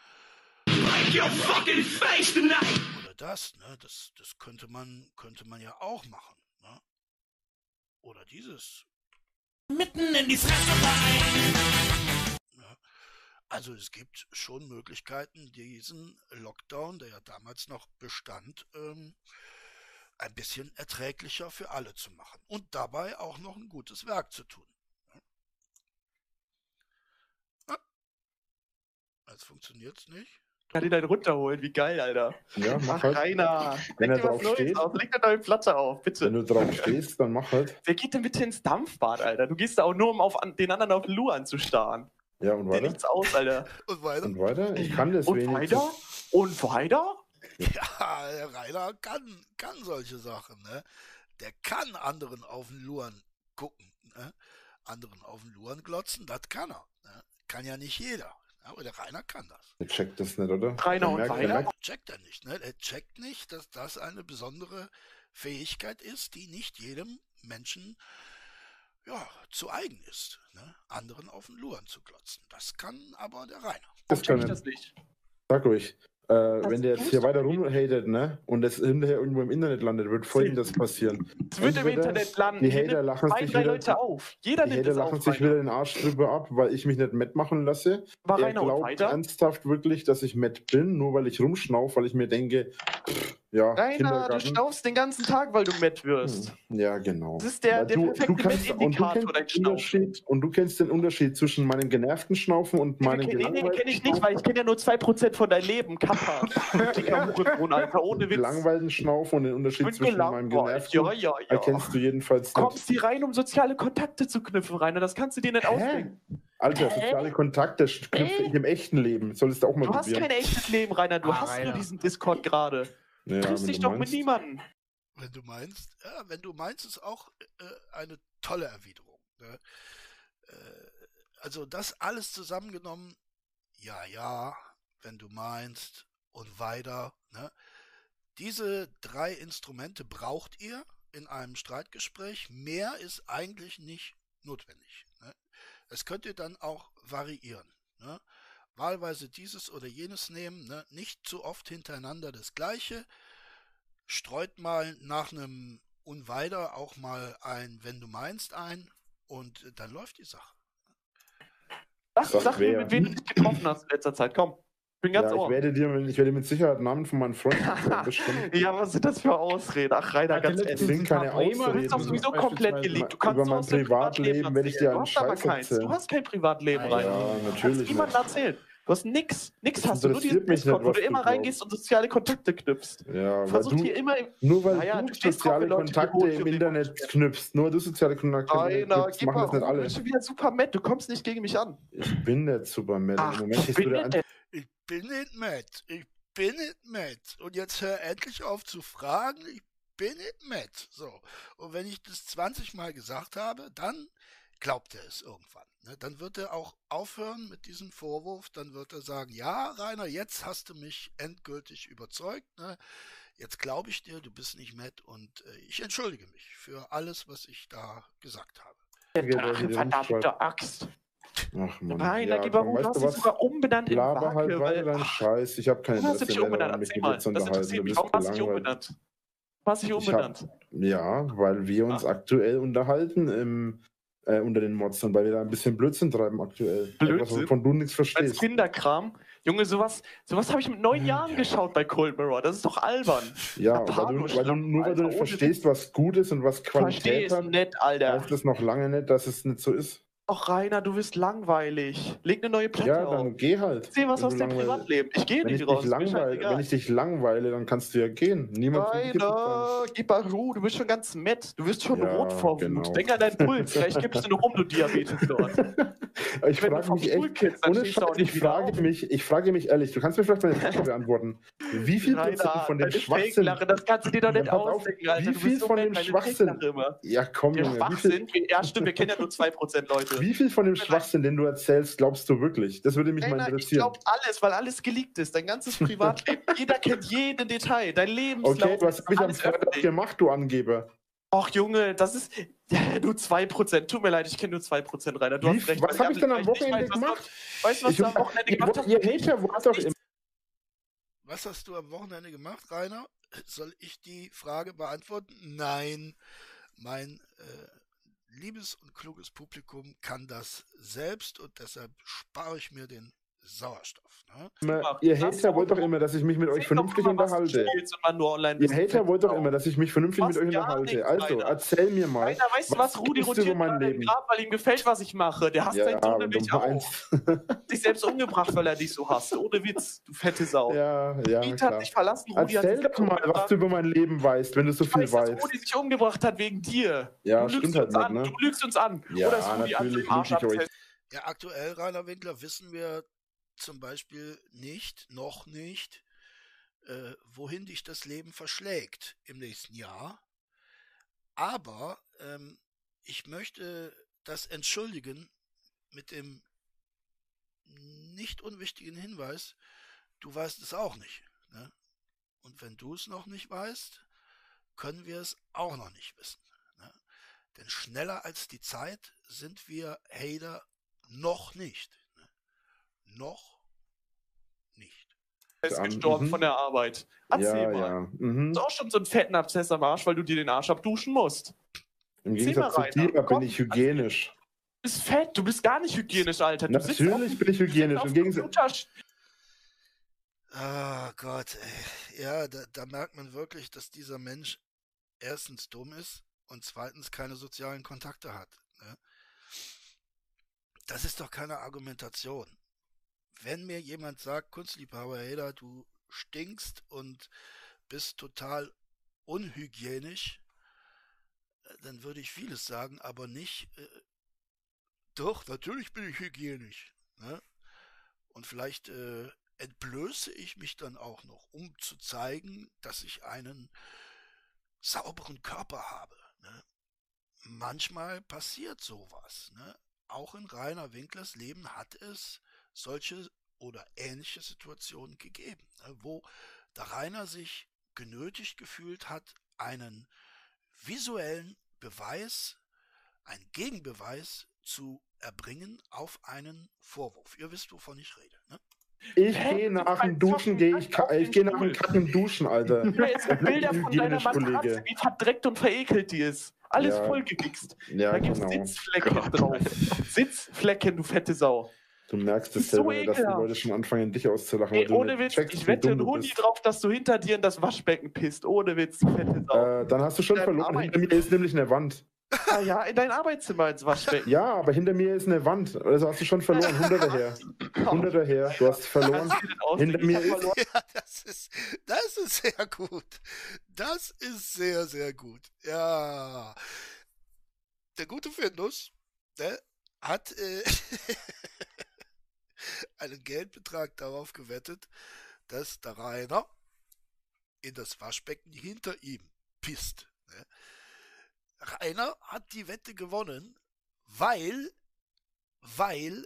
Oder das, ne? Das, das könnte man, könnte man ja auch machen. Ne? Oder dieses. Mitten in die Fresse rein. Ne? Also es gibt schon Möglichkeiten, diesen Lockdown, der ja damals noch bestand, ähm, ein bisschen erträglicher für alle zu machen. Und dabei auch noch ein gutes Werk zu tun. Ne? Ah. Jetzt funktioniert's nicht. Kann ihn dann runterholen. Wie geil, Alter. Ja, mach Ach, halt. Rainer. Wenn Leg er dir was drauf Neues steht. auf. Leg dir neue Platte auf, bitte. Wenn du drauf stehst, dann mach halt. Wer geht denn bitte ins Dampfbad, Alter? Du gehst da auch nur, um auf an, den anderen auf den Lu anzustarren. Ja, und Dir weiter? nichts aus, Alter. Und weiter? Und weiter? Ich kann das Und wenigstens. weiter? Und weiter? Ja, der Rainer kann, kann solche Sachen, ne? Der kann anderen auf den Luren gucken, ne? Anderen auf den Luren glotzen, das kann er. Ne? Kann ja nicht jeder. Aber der Rainer kann das. Der checkt das nicht, oder? Rainer Der und merkt- der weiter? merkt- Checkt er nicht, ne? Er checkt nicht, dass das eine besondere Fähigkeit ist, die nicht jedem Menschen ja, zu eigen ist, ne? Anderen auf den Luren zu glotzen. Das kann aber der Rainer. Das kann ich er. das nicht. Sag ruhig. Äh, Das wenn der jetzt tust hier du weiter nicht. rumhatet, ne? Und das hinterher irgendwo im Internet landet, wird folgendes passieren. Es wird im Entweder Internet landen. Die Hier Hater nimmt lachen zwei, sich drei wieder, Leute auf. Jeder die nimmt Hater es lachen auf, sich wieder Rainer. den Arsch drüber ab, weil ich mich nicht matt machen lasse. War Er Rainer und glaubt weiter? ernsthaft wirklich, dass ich matt bin, nur weil ich rumschnauf, weil ich mir denke, pff, ja, Rainer, du Kindergarten. schnaufst den ganzen Tag, weil du Matt wirst. Hm, Ja, genau. Das ist der- Weil der du, perfekte du kannst, und du Met-Indikator, kennst dein den Schnaufen. Unterschied, und du kennst den Unterschied zwischen meinem genervten Schnaufen und Nee, meinem nee, nee, gelangweilten kenne ich nicht, weil ich kenne ja nur zwei Prozent von deinem Leben. Kappa. Dicker Hurensohn, Alter, ohne Witz. gelangweilten Schnaufen und den Unterschied Bin zwischen meinem gelangweilt. genervten Ja, ja, ja. erkennst du jedenfalls Kommst nicht. hier rein, um soziale Kontakte zu knüpfen, Rainer. Das kannst du dir nicht ausdenken. Alter, soziale Kontakte knüpfe ich im echten Leben. Solltest du auch mal Du hast probieren. kein echtes Leben, Rainer. Du Ah, hast Rainer. nur diesen Discord gerade. Ja, Du triffst wenn dich du doch mit meinst. niemandem. Wenn du meinst, ja, wenn du meinst, ist auch äh, eine tolle Erwiderung. Ne? Äh, also das alles zusammengenommen, ja, ja, wenn du meinst und weiter. Ne? Diese drei Instrumente braucht ihr in einem Streitgespräch. Mehr ist eigentlich nicht notwendig. Ne? Das könnt ihr dann auch variieren. Ne? Wahlweise dieses oder jenes nehmen, ne? Nicht zu oft hintereinander das Gleiche. Streut mal nach einem unweider auch mal ein Wenn du meinst ein und äh, dann läuft die Sache. Sag, Sag sag mir, wer. mit wem du dich getroffen hast in letzter Zeit. Komm, ich bin ganz Ja, ich ohr. werde dir, ich werde mit Sicherheit Namen von meinen Freunden sagen, bestimmt. Ja, was sind das für Ausreden? Ach, Rainer, Hatte ganz letztens ehrlich. sind keine ein paar Bremer Du bist doch Ausreden. sowieso komplett beispielsweise. gelegt. Du Über kannst so mein aus dem Privatleben werde ich dir erzählen. Du einen hast aber Scheiß keins. erzählen. Du hast kein Privatleben, Ja, Rainer. Ja, Du kannst natürlich niemandem nicht. erzählen. Du hast nix. Nix Das hast du. Nur diesen interessiert mich Discord, nicht, wo was du du immer glaubst. reingehst und soziale Kontakte knüpfst. Ja, weil Versuch du, hier immer... nur weil Naja, du du stehst drauf, soziale wenn Leute die Kontakte hohe im Theorie Internet aufstellen. knüpfst, nur du soziale Kontakte im Internet Rainer, knüpfst, gib machen mal das nicht Ruhe. Du alle. bist schon wieder super nett. Du kommst nicht gegen mich an. Ich bin nicht super Mel. Ach, Im Moment du bist du der bin Ein Ich bin nicht Matt. Ich bin nicht Matt. Und jetzt hör endlich auf zu fragen. Ich bin nicht Matt. So. Und wenn ich das zwanzig Mal gesagt habe, dann glaubt er es irgendwann. Ne? Dann wird er auch aufhören mit diesem Vorwurf. Dann wird er sagen, ja, Rainer, jetzt hast du mich endgültig überzeugt. Ne? Jetzt glaube ich dir, du bist nicht Matt. Und äh, ich entschuldige mich für alles, was ich da gesagt habe. Ach, verdammte Axt. Ach Mann. Rainer, Ja, gib mal komm, Ruhe. Du weißt hast du dich was? sogar umbenannt in Laber halt Wake, weiter weil... deinen Ach, Scheiß. Ich habe keine warum hast du dich Interesse mehr daran, umbenannt? mich Erzähl mit dir mal. zu Das unterhalten. interessiert Du mich. bist Warum hast du dich gelangweilt. umbenannt? Warum hast du dich Ich hab, umbenannt? ja, weil wir uns Ah. aktuell unterhalten im, äh, unter den Mods und weil wir da ein bisschen Blödsinn treiben aktuell. Etwas, Blödsinn? wovon du nichts Als verstehst. Kinderkram. Junge, sowas, sowas habe ich mit neun Jahren geschaut bei Cold Mirror. Das ist doch albern. Ja, Apollo, weil du, weil du, Schlampen, nur weil du Alter, nicht ohne verstehst, Witz. was gut ist und was Versteh Qualität es hat, nicht, Alter. heißt das noch lange nicht, dass es nicht so ist. Ach, Rainer, du wirst langweilig. Leg eine neue Platte Ja, auf. dann geh halt. Seh was Wenn aus du dem langweil- Privatleben. Ich gehe Wenn nicht ich, raus. dich Ist mir langweile, scheißegal. wenn ich dich langweile, dann kannst du ja gehen. Niemand vergibt dich dann. Rainer, gib mal Ruhe. Du bist schon ganz matt. Du wirst schon Ja, rot vor Wut. genau. Denk an deinen Puls. Vielleicht gibst du noch um, du Diabetes dort. Ich Wenn du frage vom mich Stuhl echt, kippst, dann ohne stehst du auch Scheiß, nicht ich wieder frage auf. mich, ich frage mich ehrlich, du kannst mir vielleicht meine Frage beantworten. Wie viel Prozent Rainer, von dem deine Schwachsinn, Fake-Lache, das kannst du dir doch Ja, nicht pass auf, ausdenken, Alter. wie Du viel bist so von nett, dem deine Schwachsinn, Fake-Lache immer. ja komm Der Junge, wie Schwachsinn, viel, ja stimmt, wir kennen ja nur zwei Prozent Leute. wie viel von dem Tut mir leid. Schwachsinn, den du erzählst, glaubst du wirklich? Das würde mich mal Rainer, ich interessieren. glaub alles, weil alles geleakt ist. Dein ganzes Privatleben. Jeder kennt jeden Detail. Dein Lebenslauf. Okay, was ist habe ich am alles Freitag öffentlich. gemacht, du Angeber? Ach Junge, das ist ja, nur zwei Prozent. Tut mir leid, ich kenne nur zwei Prozent, Rainer. Du Wie- hast recht. was weil hab ich die denn am anderen vielleicht Wochenende nicht gemacht? Weißt du, weißt du, was Ich du am hab- Wochenende ihr gemacht wollt- hast? ihr Hater wollt doch Nichts. Was hast du am Wochenende gemacht, Rainer? Soll ich die Frage beantworten? Nein. Mein äh, liebes und kluges Publikum kann das selbst und deshalb spare ich mir den Sauerstoff. Ne? immer, ihr Lass Hater doch wollt doch mal- immer, dass ich mich mit euch Seh doch vernünftig mal, was du unterhalte. spielst und man nur online Ihr bist. Hater wollt doch immer, dass ich mich vernünftig mit Was? euch Gar unterhalte. nichts, Also, Rainer. erzähl mir mal. Rainer, weißt du was? Rudi denkst du rotiert über mein gerade im Leben? Grab, weil ihm gefällt, was ich mache. Der hasst Ja, seinen Sohn wenn du nämlich auch. meinst. Sich selbst umgebracht, weil er dich so hasst. Ohne Witz, du fette Sau. Ja, ja, Piet klar. hat dich verlassen, Rudi hat Erzähl sich doch mal, was umgebracht. du über mein Leben weißt, wenn du so Ich viel weiß, dass weißt. Rudi sich umgebracht hat wegen dir. Ja, du lügst stimmt halt uns nicht, an. ne? Du lügst uns an. Ja, Oder ist Rudi an natürlich dem Arsch lüge ich euch. abfest? Ja, aktuell, Rainer Winkler, wissen wir zum Beispiel nicht, noch nicht, äh, wohin dich das Leben verschlägt im nächsten Jahr. Aber ähm, ich möchte das entschuldigen mit dem nicht unwichtigen Hinweis, du weißt es auch nicht. Ne? Und wenn du es noch nicht weißt, können wir es auch noch nicht wissen. Ne? Denn schneller als die Zeit sind wir Hater noch nicht. Ne? Noch nicht. Er ist An- gestorben mhm. von der Arbeit. Erzähl Ja, mal. ja. Mhm. Du hast auch schon so einen fetten Abszess am Arsch, weil du dir den Arsch abduschen musst. Im Erzähl Gegensatz mal, zu dir Rainer. bin Komm, ich hygienisch. Du bist fett, du bist gar nicht hygienisch, Alter. Du sitzt Natürlich auf- bin ich du sitzt hygienisch. auf Im dem Gegensatz, Computer- Ah Gott, ey. Ja, da, da merkt man wirklich, dass dieser Mensch erstens dumm ist und zweitens keine sozialen Kontakte hat. Ne? Das ist doch keine Argumentation. Wenn mir jemand sagt, Kunstliebhaber, Hater, du stinkst und bist total unhygienisch, äh, dann würde ich vieles sagen, aber nicht, äh, doch, natürlich bin ich hygienisch. Ne? Und vielleicht äh, entblöße ich mich dann auch noch, um zu zeigen, dass ich einen sauberen Körper habe. Ne? Manchmal passiert sowas. Ne? Auch in Rainer Winklers Leben hat es solche oder ähnliche Situationen gegeben, ne? Wo der Rainer sich genötigt gefühlt hat, einen visuellen Beweis, einen Gegenbeweis zu erbringen auf einen Vorwurf. Ihr wisst, wovon ich rede. Ne? Ich Hä? gehe nach Beim dem Duschen, Zocken gehe ich, auf ka- ich den gehe nach dem Stuhl. Kacken duschen, Alter. Ja, es gibt Bilder von deiner Hygienisch, Matratze, Kollege. wie verdreckt und verekelt die ist. Alles Ja. vollgewichst. Ja, Da gibt's genau. Sitzflecken Gott. drauf. Sitzflecken, du fette Sau. Du merkst es ist so selber, dass die ekelhaft. Leute schon anfangen, dich auszulachen. Ey, weil du ohne nicht Witz, checkst, ich wie wette dumm einen du Huni bist. drauf, dass du hinter dir in das Waschbecken pisst. Ohne Witz, du fette Sau. Äh, dann hast du schon Dein verloren. Arbeit- Hinter mir ist nämlich eine Wand. Ah ja, in dein Arbeitszimmer ins Waschbecken. Ja, aber hinter mir ist eine Wand. Also hast du schon verloren. Hunderter her. Hunderter her. Du hast verloren. Kannst du dir das ausdenken? Hinter mir Ich hab ist- verloren. Ja, das ist, das ist sehr gut. Das ist sehr, sehr gut. Ja. Der gute Findus, der hat äh, einen Geldbetrag darauf gewettet, dass der Rainer in das Waschbecken hinter ihm pisst. Ne? Rainer hat die Wette gewonnen, weil, weil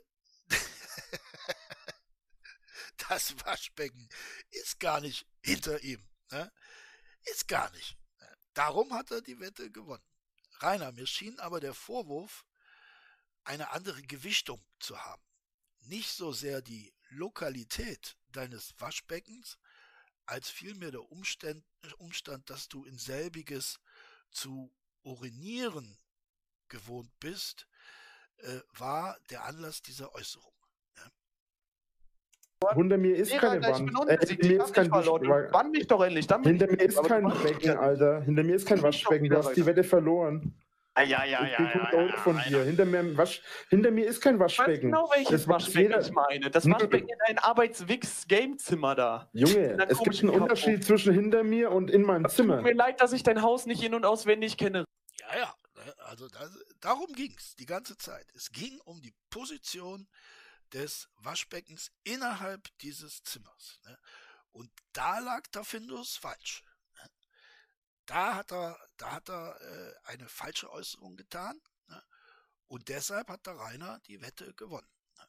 das Waschbecken ist gar nicht hinter ihm. Ne? Ist gar nicht. Darum hat er die Wette gewonnen. Rainer, mir schien aber der Vorwurf, eine andere Gewichtung zu haben. Nicht so sehr die Lokalität deines Waschbeckens, als vielmehr der Umstand, Umstand, dass du in selbiges zu urinieren gewohnt bist, äh, war der Anlass dieser Äußerung. Hinter mir ist Nee, keine Rainer, ich Wand. bin Äh, unbesiegt. hinter mir Ich ist hab kein nicht verloren. Dusch- Du bann mich doch endlich. Dann bin Hinter ich mir ist aber kein du machst Becken, wieder- Alter. Hinter mir ist kein Du bist doch Waschbecken. Du wieder hast die Wette verloren. Ah, ja, ja, Ich ja, krieg ja, hundert ja, Euro ja, von Alter. dir. Hinter mir, im Wasch, hinter mir ist kein Ich weiß Waschbecken. genau, welches Das weiß Waschbecken jeder. ich meine. Das Nee. Waschbecken in deinem Arbeitswix-Gamezimmer da. Junge, In einer es gibt komischen einen Unterschied zwischen hinter mir und in meinem Zimmer. Tut mir leid, dass ich dein Haus nicht in- und auswendig kenne. Ja, ja, ne, also das, darum ging's die ganze Zeit. Es ging um die Position des Waschbeckens innerhalb dieses Zimmers. Ne? Und da lag der Findus falsch. Ne? Da hat er, da hat er äh, eine falsche Äußerung getan. Ne? Und deshalb hat der Rainer die Wette gewonnen. Ne?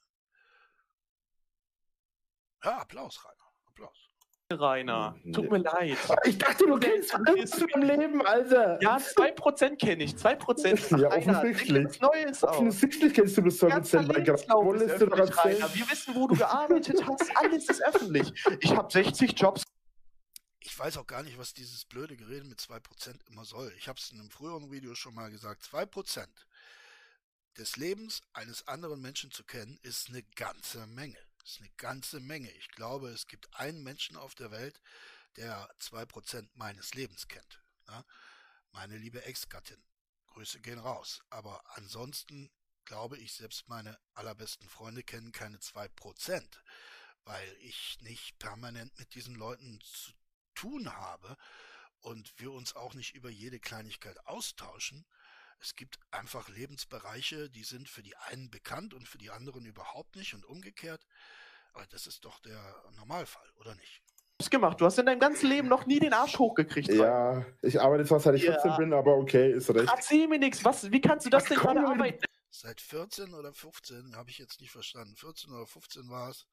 Ja, Applaus, Rainer. Applaus. Rainer, Nee. tut mir leid. Ich dachte, du kennst alles im Leben, Alter. Ja, zwei Prozent kenne ich. zwei Prozent. Ja, Rainer, offensichtlich. denk was Neues aus. Offensichtlich kennst du das zwei Ganzer Prozent, weil Lebenslauf gerade ist wolltest du doch öffentlich, erzählen. Rainer. Wir wissen, wo du gearbeitet hast. Alles ist öffentlich. Ich habe sechzig Jobs. Ich weiß auch gar nicht, was dieses blöde Gerede mit zwei Prozent immer soll. Ich habe es in einem früheren Video schon mal gesagt. zwei Prozent des Lebens eines anderen Menschen zu kennen, ist eine ganze Menge. Ist eine ganze Menge. Ich glaube, es gibt einen Menschen auf der Welt, der zwei Prozent meines Lebens kennt. Ja? Meine liebe Ex-Gattin. Grüße gehen raus. Aber ansonsten glaube ich, selbst meine allerbesten Freunde kennen keine zwei Prozent, weil ich nicht permanent mit diesen Leuten zu tun habe und wir uns auch nicht über jede Kleinigkeit austauschen. Es gibt einfach Lebensbereiche, die sind für die einen bekannt und für die anderen überhaupt nicht und umgekehrt. Aber das ist doch der Normalfall, oder nicht? gemacht. Du hast in deinem ganzen Leben noch nie den Arsch hochgekriegt. Ja, ich arbeite zwar seit ich Ja. vierzehn bin, aber okay, ist recht. Erzähl mir nichts. Was, wie kannst du das Ach, denn komm, gerade Leute. arbeiten? Seit vierzehn oder fünfzehn, habe ich jetzt nicht verstanden. vierzehn oder fünfzehn war es.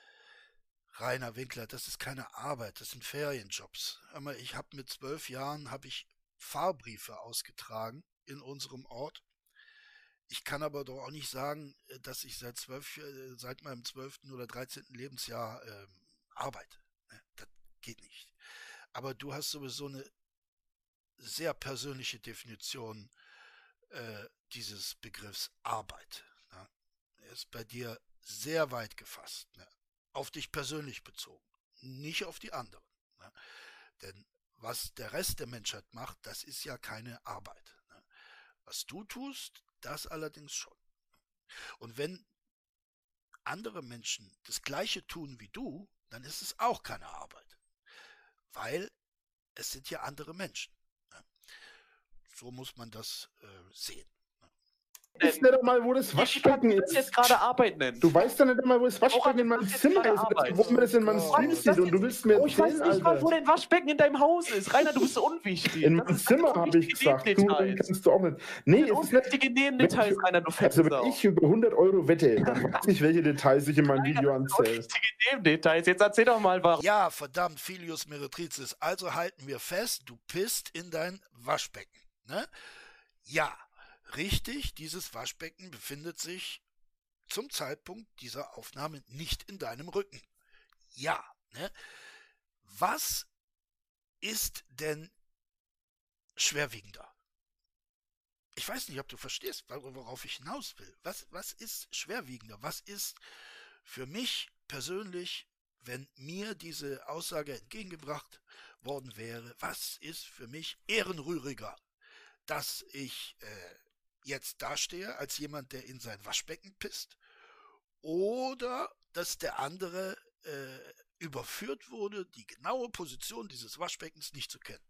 Rainer Winkler, das ist keine Arbeit, das sind Ferienjobs. Hör mal, ich habe mit zwölf Jahren habe ich Fahrbriefe ausgetragen in unserem Ort. Ich kann aber doch auch nicht sagen, dass ich seit zwölf, äh, seit meinem zwölften oder dreizehnten Lebensjahr ähm, arbeite. Ne, das geht nicht. Aber du hast sowieso eine sehr persönliche Definition äh, dieses Begriffs Arbeit. Ne? Er ist bei dir sehr weit gefasst. Ne? Auf dich persönlich bezogen, nicht auf die anderen. Ne? Denn was der Rest der Menschheit macht, das ist ja keine Arbeit. Ne? Was du tust, das allerdings schon. Und wenn andere Menschen das Gleiche tun wie du, dann ist es auch keine Arbeit. Weil es sind ja andere Menschen. Ne? So muss man das äh, sehen. Du weißt nicht einmal, wo das Waschbecken Ich das ist. jetzt gerade Arbeit nennen. Du weißt doch nicht einmal, wo das Woran Waschbecken in meinem ist das jetzt Zimmer gerade ist. Arbeit? Wo man das in meinem Oh Stream Gott. sieht und du willst mir Oh, ich weiß erzählen, nicht mal, wo Alter. dein Waschbecken in deinem Haus ist. Rainer, du bist so unwichtig. In Das meinem ist Zimmer so habe ich wichtige gesagt. Du, dann Nebendetails. kannst du auch nicht. Nee, Das es sind ist nicht. unwichtige Nebendetails, Wenn ich- Rainer, du fette Also, wenn Sau. ich über hundert Euro wette, dann weiß ich, welche Details ich in meinem Video anzähle. Unwichtige Nebendetails. Jetzt erzähl doch mal, warum. Ja, verdammt, Filius Meretricis. Also halten wir fest, du pisst in dein Waschbecken. Ne? Ja, richtig, dieses Waschbecken befindet sich zum Zeitpunkt dieser Aufnahme nicht in deinem Rücken. ja, ne? Was ist denn schwerwiegender? Ich weiß nicht, ob du verstehst, worauf ich hinaus will. Was, was ist schwerwiegender? Was ist für mich persönlich, wenn mir diese Aussage entgegengebracht worden wäre, was ist für mich ehrenrühriger? Dass ich äh, jetzt dastehe als jemand, der in sein Waschbecken pisst, oder dass der andere äh, überführt wurde, die genaue Position dieses Waschbeckens nicht zu kennen.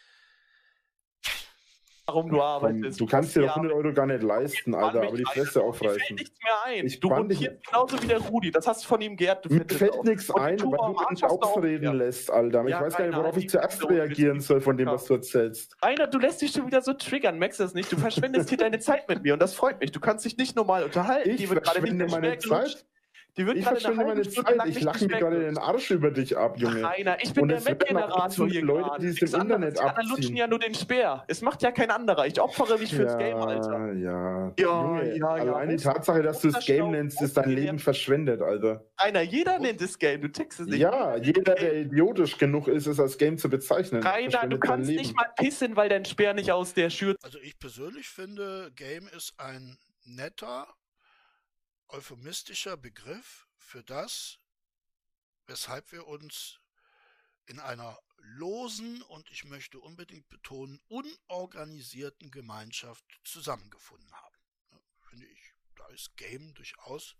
Warum du arbeitest. Du kannst dir doch hundert Euro gar nicht leisten, Alter, aber die Fresse aufreißen. Mir fällt nichts mehr ein. Ich Du fand dich- rotierst genauso wie der Rudi. Das hast du von ihm geehrt. Du Mir fette fällt Sau. nichts Und die ein, Tour weil am du Arsch mich hast du auch ausreden geehrt. lässt, Alter. Ich Ja, weiß gar nicht, Rainer, worauf ich die zuerst Fresse reagieren und soll von dem, Podcast. was du erzählst. Rainer, du lässt dich schon wieder so triggern, merkst du das nicht? Du verschwendest hier deine Zeit mit mir und das freut mich. Du kannst dich nicht normal unterhalten. Ich Die wird gerade nicht verschwende mehr meine schwer gelutscht. Zeit. Die wird Ich gerade eine verschwende halbe meine Stunde Zeit. lang Ich nicht lache mir geschmeckt. gerade den Arsch über dich ab, Junge. Rainer, ich bin Und der es werden auch Wettgenerator zu hier viele Leute, gerade. die es Nichts im anderes. Internet Die anderen lutschen abziehen. ja nur den Speer. Es macht ja kein anderer. Ich opfere mich fürs Ja, Game, Alter. ja. Ja, Junge, ja, ja. allein die Hoch- Tatsache, dass du es Game hochgeschraubt, nennst, ist dein hochgelehrt. Leben verschwendet, Alter. Rainer, jeder nennt es Game. Du text es nicht. Ja, jeder, der idiotisch genug ist, es als Game zu bezeichnen. Rainer, du verschwendet sein kannst Leben. nicht mal pissen, weil dein Speer nicht aus der Schürze. Also ich persönlich finde, Game ist ein netter, euphemistischer Begriff für das, weshalb wir uns in einer losen und ich möchte unbedingt betonen, unorganisierten Gemeinschaft zusammengefunden haben. Ja, finde ich, da ist Game durchaus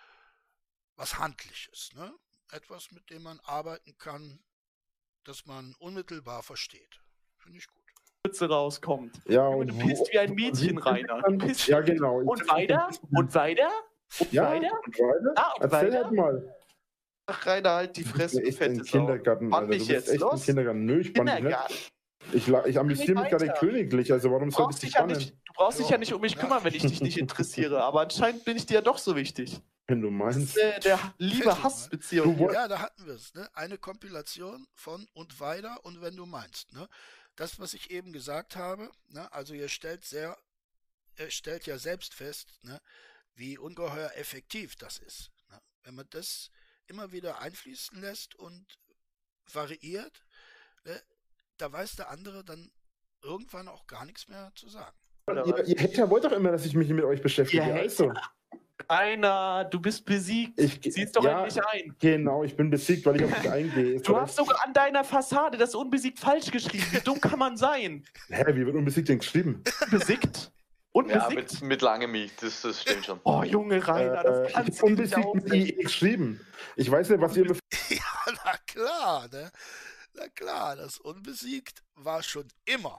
was Handliches, ne? Etwas, mit dem man arbeiten kann, das man unmittelbar versteht. Finde ich gut. Schürze rauskommt. Ja, Junge, und du pisst wie ein Mädchen, Rainer. Du pisst Ja, genau. Und weiter? Und weiter? Und Ja, weiter? und weiter? Ah, und Erzähl weiter? halt mal. Ach, Rainer, halt die Du Fresse, bist du echt im fette Sau. Kindergarten, Wann Alter. Du mich bist jetzt? echt im Los? Kindergarten. Nö, ich spann dich nicht. Kindergarten. Ich, la- ich amüsiere mich gerade weiter. königlich, also warum Du soll ich brauchst, dich dich ja spannen? nicht, du brauchst dich Ja. ja nicht um mich kümmern, wenn ich dich nicht interessiere. Aber anscheinend bin ich dir ja doch so wichtig. Wenn du Das meinst. ist äh, der Liebe-Hass-Beziehung. Du hier. wolltest- Ja, da hatten wir es. Ne? Eine Kompilation von und weiter und wenn du meinst. Ne? Das, was ich eben gesagt habe, ne? Also ihr stellt sehr, ihr stellt ja selbst fest, ne? Wie ungeheuer effektiv das ist. Ne? Wenn man das immer wieder einfließen lässt und variiert, ne? Da weiß der andere dann irgendwann auch gar nichts mehr zu sagen. Ihr, ihr Hater wollt doch immer, dass ich mich mit euch beschäftige. Ihr Also, Rainer, du bist besiegt. ich, Sieh's doch ja, endlich ein. Genau, ich bin besiegt, weil ich auf dich eingehe. Ist Du doch hast echt- sogar an deiner Fassade das unbesiegt falsch geschrieben. Wie dumm kann man sein? Hä, wie wird unbesiegt denn geschrieben? Besiegt? Ja, Unbesiegt? mit, mit langem I, das, das stimmt schon. Oh, Junge Rainer, Äh, das ich kannst hab du dir nicht unbesiegt mit aufregen. I E geschrieben. Ich weiß nicht, was ihr mir. Ja, na klar, ne? Na klar, das Unbesiegt war schon immer,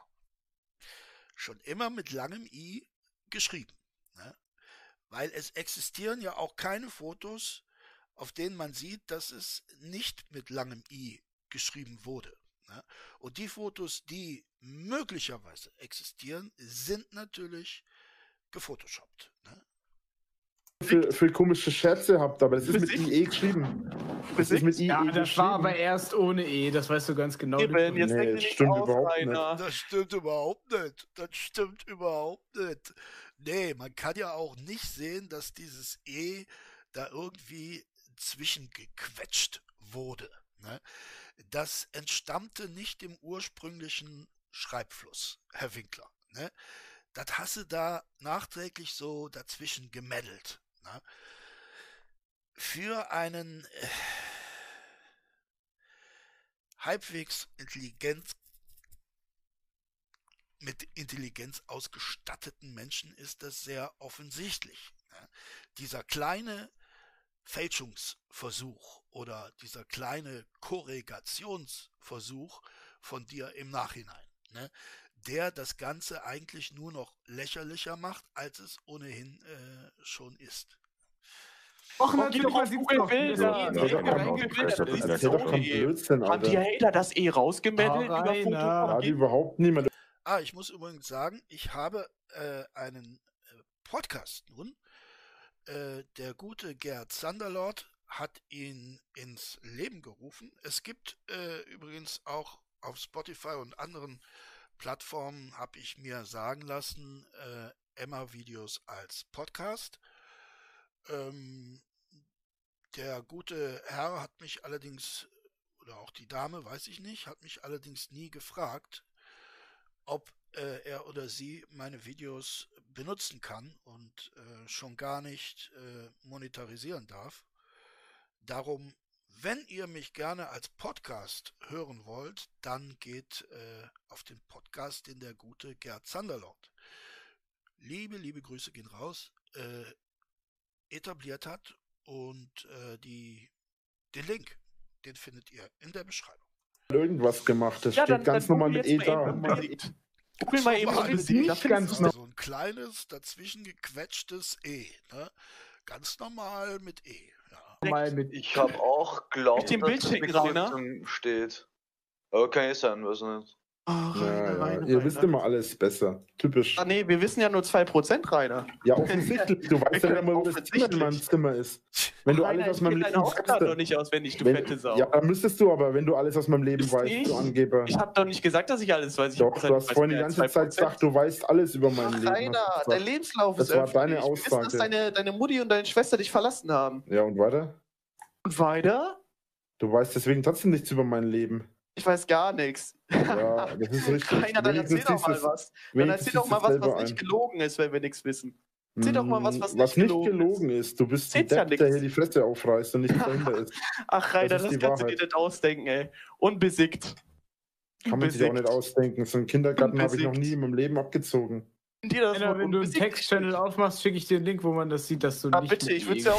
schon immer mit langem I geschrieben. Ne? Weil es existieren ja auch keine Fotos, auf denen man sieht, dass es nicht mit langem I geschrieben wurde. Ne? Und die Fotos, die möglicherweise existieren, sind natürlich gefotoshoppt. Ne? für, für komische Scherze habt, aber das ist mit Besiegt? I E geschrieben. Das ist mit I E Ja, geschrieben. das war aber erst ohne E, das weißt du ganz genau. Eben, jetzt Nee, denk dir das nicht stimmt aus, überhaupt Rainer. Das stimmt überhaupt nicht. Das stimmt überhaupt nicht. Nee, man kann ja auch nicht sehen, dass dieses E da irgendwie zwischengequetscht wurde. Ne? Das entstammte nicht dem ursprünglichen Schreibfluss, Herr Winkler. Ne? Das hast du da nachträglich so dazwischen gemeddelt. Ne? Für einen äh, halbwegs intelligent mit Intelligenz ausgestatteten Menschen ist das sehr offensichtlich. Ne? Dieser kleine Fälschungsversuch oder dieser kleine Korrigationsversuch von dir im Nachhinein, ne? Der das Ganze eigentlich nur noch lächerlicher macht, als es ohnehin äh, schon ist. Och, Oh, geh doch auf sieht's Google doch. Bilder. Das ist Geh eh doch auf reingequetscht. Google Bilder, du siehst Das das ist doch kein ohne. Blödsinn, Haben die Alter. Hater das eh rausgemeldet Ah, über Foto Rainer. von Hat dir? überhaupt niemand. Ah, ich muss übrigens sagen, ich habe äh, einen äh, Podcast nun. Äh, der gute Gerd Sanderlord hat ihn ins Leben gerufen. Es gibt äh, übrigens auch auf Spotify und anderen Plattformen, habe ich mir sagen lassen, äh, Emma-Videos als Podcast. Ähm, der gute Herr hat mich allerdings, oder auch die Dame, weiß ich nicht, hat mich allerdings nie gefragt, ob äh, er oder sie meine Videos benutzen kann und äh, schon gar nicht äh, monetarisieren darf. Darum, wenn ihr mich gerne als Podcast hören wollt, dann geht äh, auf den Podcast, den der gute Gerd Sanderlord, liebe, liebe Grüße gehen raus, äh, etabliert hat und äh, die, den Link, den findet ihr in der Beschreibung. Irgendwas gemacht, das Ja, steht dann- ganz dann normal google mit E jetzt mal da. eben unbedingt. Google mal eben normal, unbedingt, da nicht findest ganz du- so ein kleines, dazwischen gequetschtes E. Ne? Ganz normal mit E. Ja. Mal mit Ich habe auch glaubt, Mit dem dass Bild das schicken, mit Rainer? Kurzem steht. Aber kann ja sein, weiß ich nicht. Oh, Ja, Rainer, ja. Rainer, Ihr Rainer. wisst immer alles besser. Typisch. Ah nee, wir wissen ja nur zwei Prozent, Rainer. Ja, offensichtlich. Du weißt ja nicht mal, wo das Zimmer in meinem Zimmer ist. Wenn du alles Rainer, aus ich meinem kenn Leben deine Aufgabe weißt, noch nicht auswendig, du wenn, fette Sau. Ja, dann müsstest du aber, wenn du alles aus meinem Leben Ist weißt, nicht. du Angeber. Ich habe doch nicht gesagt, dass ich alles weiß. Ich hab Doch, gesagt, du ich hast weiß vorhin die mehr als ganze zwei Zeit gesagt, du weißt alles über mein Ach, Leben. Rainer, hast du dein gesagt. Lebenslauf Das ist war öffentlich. deine Wir wissen, dass Aussage. deine, deine Mutti und deine Schwester dich verlassen haben. Ja, und weiter? Und weiter? Du weißt deswegen trotzdem nichts über mein Leben. Ich weiß gar nichts. Ja, das ist richtig. Rainer, dann erzähl Wenigstens doch mal siehst was. du's- Dann wenigstens erzähl doch mal siehst was, du's was selber nicht ein. gelogen ist, wenn wir nichts wissen. Erzähl doch mal was, was nicht Was nicht gelogen gelogen ist. Du bist ein Erzähl's ja Depp, der nix. hier die Fresse aufreißt und nicht dahinter ist. Ach, Rainer, Das das, ist die kannst du Wahrheit. dir nicht ausdenken, ey. Unbesiegt. Kann man sich auch nicht ausdenken. So einen Kindergarten habe ich noch nie in meinem Leben abgezogen. Dir das Rainer, Wort wenn du einen unbesiegt Text-Channel aufmachst, schicke ich dir einen Link, wo man das sieht, dass du Ah, nicht. bitte, mit ich würd's E-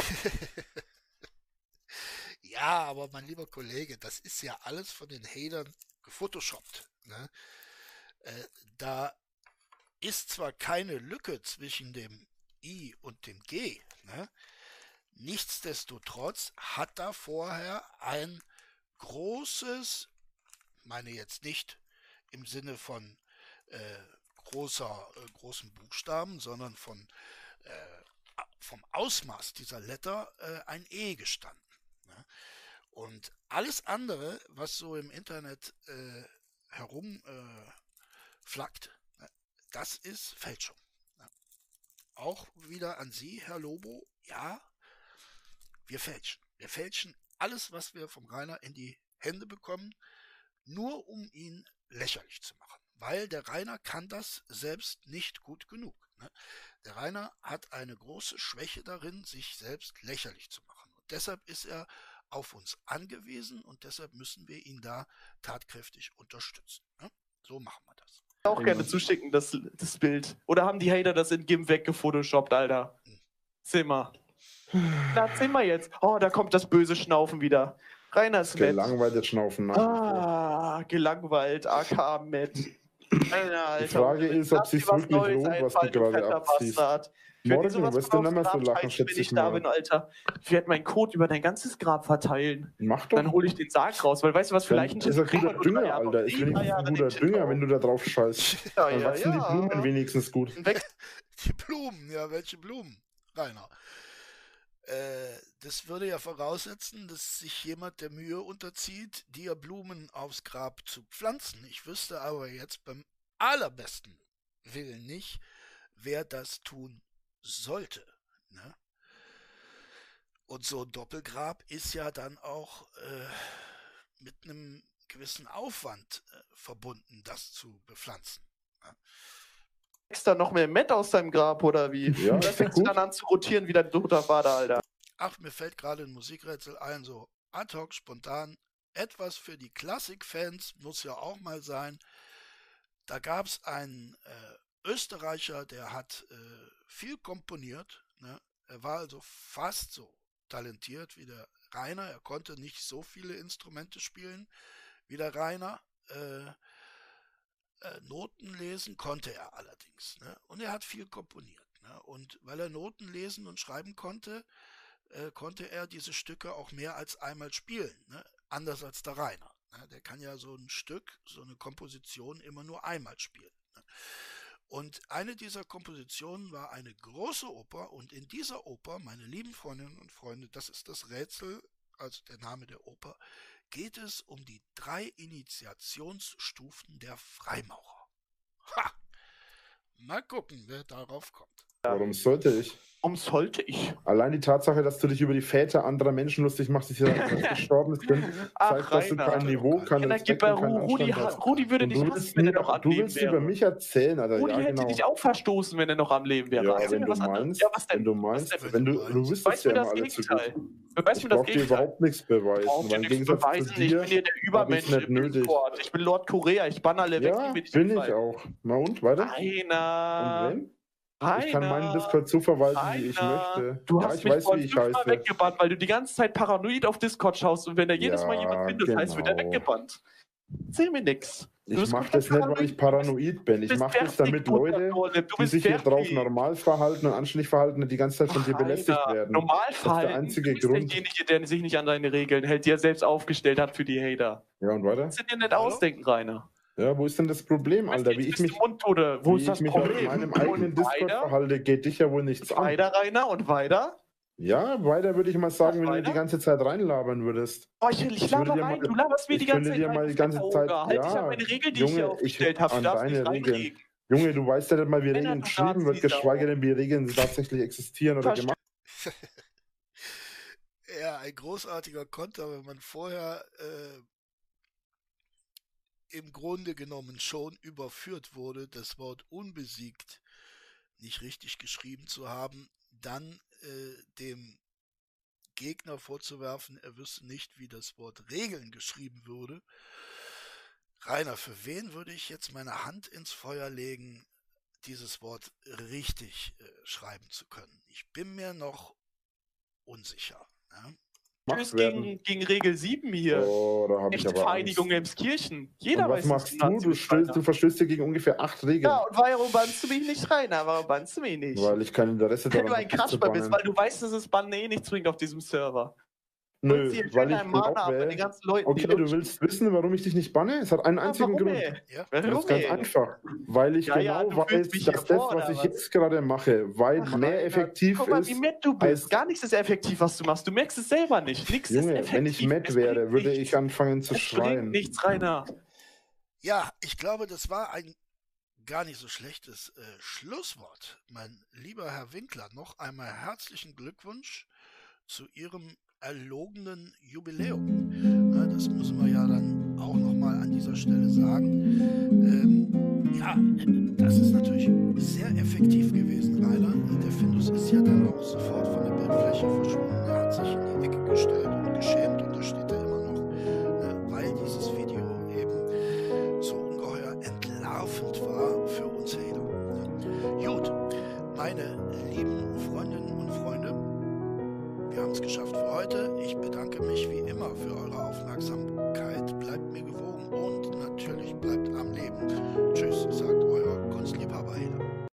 ja auch. Ja, aber mein lieber Kollege, das ist ja alles von den Hatern gefotoshoppt. Ne? Äh, da ist zwar keine Lücke zwischen dem I und dem G, ne? Nichtsdestotrotz hat da vorher ein großes, meine jetzt nicht im Sinne von äh, großer, äh, großen Buchstaben, sondern von äh, vom Ausmaß dieser Letter äh, ein E gestanden. Ne? Und alles andere, was so im Internet äh, herum äh, flackt, ne? Das ist Fälschung. Ne? Auch wieder an Sie, Herr Lobo, ja, wir fälschen. Wir fälschen alles, was wir vom Rainer in die Hände bekommen, nur um ihn lächerlich zu machen. Weil der Rainer kann das selbst nicht gut genug. Ne? Der Rainer hat eine große Schwäche darin, sich selbst lächerlich zu machen. Und deshalb ist er auf uns angewiesen und deshalb müssen wir ihn da tatkräftig unterstützen. Ne? So machen wir das. Auch gerne zuschicken, das, das Bild. Oder haben die Hater das in GIMP weggefotoshoppt, Alter? Zimmer. Na, Zimmer jetzt. Oh, da kommt das böse Schnaufen wieder. Rainer ist nett. Gelangweilt Schnaufen nach. Ah, gelangweilt, A K Matt. Alter, Alter. Die Frage ist, ob Lass sich's dir was wirklich Neues lohnt, was du einfallen, du gerade fetter abziehst. Bastard. Ich werd dir Morgen sowas wirst von du nicht mehr aufs so Grab lachen, scheißen, schätze wenn ich ich da mal. bin, Alter. Ich werde meinen Code über dein ganzes Grab verteilen. Mach doch. Dann hole ich den Sarg raus, weil weißt du was, vielleicht Dann ist ein guter Dünger, Alter. Ist wenigstens ein guter Dünger, wenn du da drauf scheißt. Ja, Dann ja, wachsen die ja. Blumen wenigstens gut. Die Blumen, ja, welche Blumen, Rainer? Äh, das würde ja voraussetzen, dass sich jemand der Mühe unterzieht, dir Blumen aufs Grab zu pflanzen. Ich wüsste aber jetzt beim allerbesten Willen nicht, wer das tun sollte. Ne? Und so ein Doppelgrab ist ja dann auch äh, mit einem gewissen Aufwand äh, verbunden, das zu bepflanzen. Ne? Extra noch mehr Met aus deinem Grab, oder wie? Ja, Oder fängst du dann an zu rotieren wie dein toter Vater, Alter? Ach, mir fällt gerade ein Musikrätsel ein, so ad hoc, spontan. Etwas für die Klassikfans muss ja auch mal sein. Da gab es einen äh, Österreicher, der hat äh, viel komponiert. Ne? Er war also fast so talentiert wie der Rainer. Er konnte nicht so viele Instrumente spielen wie der Rainer. Äh, äh, Noten lesen konnte er allerdings. Ne? Und er hat viel komponiert. Ne? Und weil er Noten lesen und schreiben konnte, äh, konnte er diese Stücke auch mehr als einmal spielen. Ne? Anders als der Rainer. Ne? Der kann ja so ein Stück, so eine Komposition immer nur einmal spielen. Ne? Und eine dieser Kompositionen war eine große Oper, und in dieser Oper, meine lieben Freundinnen und Freunde, das ist das Rätsel, also der Name der Oper, geht es um die drei Initiationsstufen der Freimaurer. Ha! Mal gucken, wer darauf kommt. Warum sollte ich? Warum sollte ich? Allein die Tatsache, dass du dich über die Väter anderer Menschen lustig machst, die hier gestorben sind, Ach, zeigt, dass du Rainer. kein Niveau, kein Ja, dann Respekt gib bei und keinen Ru- Rudi, Anstand hast. Rudi würde Und dich du hassen, willst, wenn mir, er noch am du Leben willst über wäre. mich erzählen, Alter. Rudi Ja, hätte genau. dich auch verstoßen, wenn er noch am Leben wäre. Ja, Erzähl wenn mir du was anderes. meinst, Ja, was denn? wenn du Was meinst, denn? wenn du, du Weißt wüsstest du ja das immer alles zu Gegenteil? gut. Weißt Ich du das brauch dir Gegenteil? überhaupt nichts beweisen, Brauchst weil du im nichts Gegensatz zu beweisen? Ich dir bin hier der hab ich's Übermensch nicht im nötig. Sport. Ich bin Lord Korea. Ich bann alle weg, Ja, die mir nicht bin ich gefallen. auch. Na und, weiter? Rainer. Und wen? Rainer. Ich kann meinen Discord so verwalten, wie ich Rainer. möchte. Du Ja, hast ich mich weiß, vorhin wie ich fünfmal heiße. weggebannt, weil du die ganze Zeit paranoid auf Discord schaust und wenn da jedes Mal Ja, jemand findet, heißt, wird er genau. weggebannt. Erzähl mir nix. Du Ich bist mach komplett das nicht, weil ich paranoid bin. Ich bist mach das, fertig, damit du Leute, Dortmund. Du die bist sich hier drauf fertig. normal verhalten und anständig verhalten, die ganze Zeit von dir belästigt Rainer, werden. Normal Das ist der verhalten, einzige du bist Grund. derjenige, der sich nicht an deine Regeln hält, die er selbst aufgestellt hat für die Hater. Ja, und weiter? Kannst du dir nicht ausdenken, Rainer. Ja, wo ist denn das Problem, Alter? Wie ich mich, Mundtode. Wo wie ist ich das mich auf Problem? meinem eigenen Und Discord weiter? verhalte, geht dich ja wohl nichts an. Weiter, Rainer, und weiter? Ja, weiter würde ich mal sagen, wenn du weiter? die ganze Zeit reinlabern würdest. Oh, ich, ich Ich laber würde dir rein, mal- du laberst mir ich die ganze könnte Zeit dir rein. mal du die ganze fetter Zeit- Oger. Halt dich ja, an meine Regeln, die ich hier Junge, aufgestellt ich- habe. Du an darfst nicht deine Regeln. reinreden. Junge, du weißt ja nicht mal, wie Männer, Regeln du geschrieben wird, Nazi-Sau. geschweige denn, wie Regeln tatsächlich existieren oder Verste- gemacht. Ja, ein großartiger Konter, wenn man vorher äh, im Grunde genommen schon überführt wurde, das Wort unbesiegt nicht richtig geschrieben zu haben, dann äh, dem Gegner vorzuwerfen, er wüsste nicht, wie das Wort Regeln geschrieben würde. Rainer, für wen würde ich jetzt meine Hand ins Feuer legen, dieses Wort richtig äh, schreiben zu können? Ich bin mir noch unsicher. Ne? Tschüss gegen, gegen Regel sieben hier. Oh, da hab ich Echte aber Vereinigung Angst. Emskirchen. Jeder Und was weiß, machst dass du? Nazi Du, bist, stößt, Rainer. du verstößt dir gegen ungefähr acht Regeln. Ja, und warum bannst du mich nicht, Rainer? Warum bannst du mich nicht? Weil ich kein Interesse Wenn daran du ein habe, dich zu Kasper bist, bannen. weil du weißt, dass es Bannen eh nichts bringt auf diesem Server. Nö, Und sie weil ich deinen Mana ab mit glaube... den ganzen Leuten, Okay, die du willst wissen, warum ich dich nicht banne? Es hat einen einzigen warum, Grund. ey? Ja? Das Warum, ist ganz ey? einfach. Weil ich Ja, ja, genau du fühlst weiß, mich dass hier das, vor, was oder ich was? jetzt gerade mache, weit Ach, mehr Rainer, effektiv Guck mal, ist. wie matt du als- bist. Gar nichts ist effektiv, was du machst. Du merkst es selber nicht. Nichts ist Junge, effektiv. wenn ich matt Es wäre, bringt würde nichts. ich anfangen zu Es schreien. bringt nichts, Rainer. Ja, ich glaube, das war ein gar nicht so schlechtes äh, Schlusswort. Mein lieber Herr Winkler, noch einmal herzlichen Glückwunsch zu Ihrem erlogenen Jubiläum. Na, das müssen wir ja dann auch nochmal an dieser Stelle sagen. Ähm, ja, das ist natürlich sehr effektiv gewesen, Rainer. Der Findus ist ja dann auch sofort von der Bildfläche verschwunden. Er hat sich in die Ecke gestellt und geschämt und da steht er immer noch, ne, weil dieses Video eben so ungeheuer entlarvend war für uns Hater. Ne? Gut, meine lieben Freundinnen und Freunde, wir haben es geschafft für heute. Ich bedanke mich wie immer für eure Aufmerksamkeit. Bleibt mir gewogen und natürlich bleibt am Leben.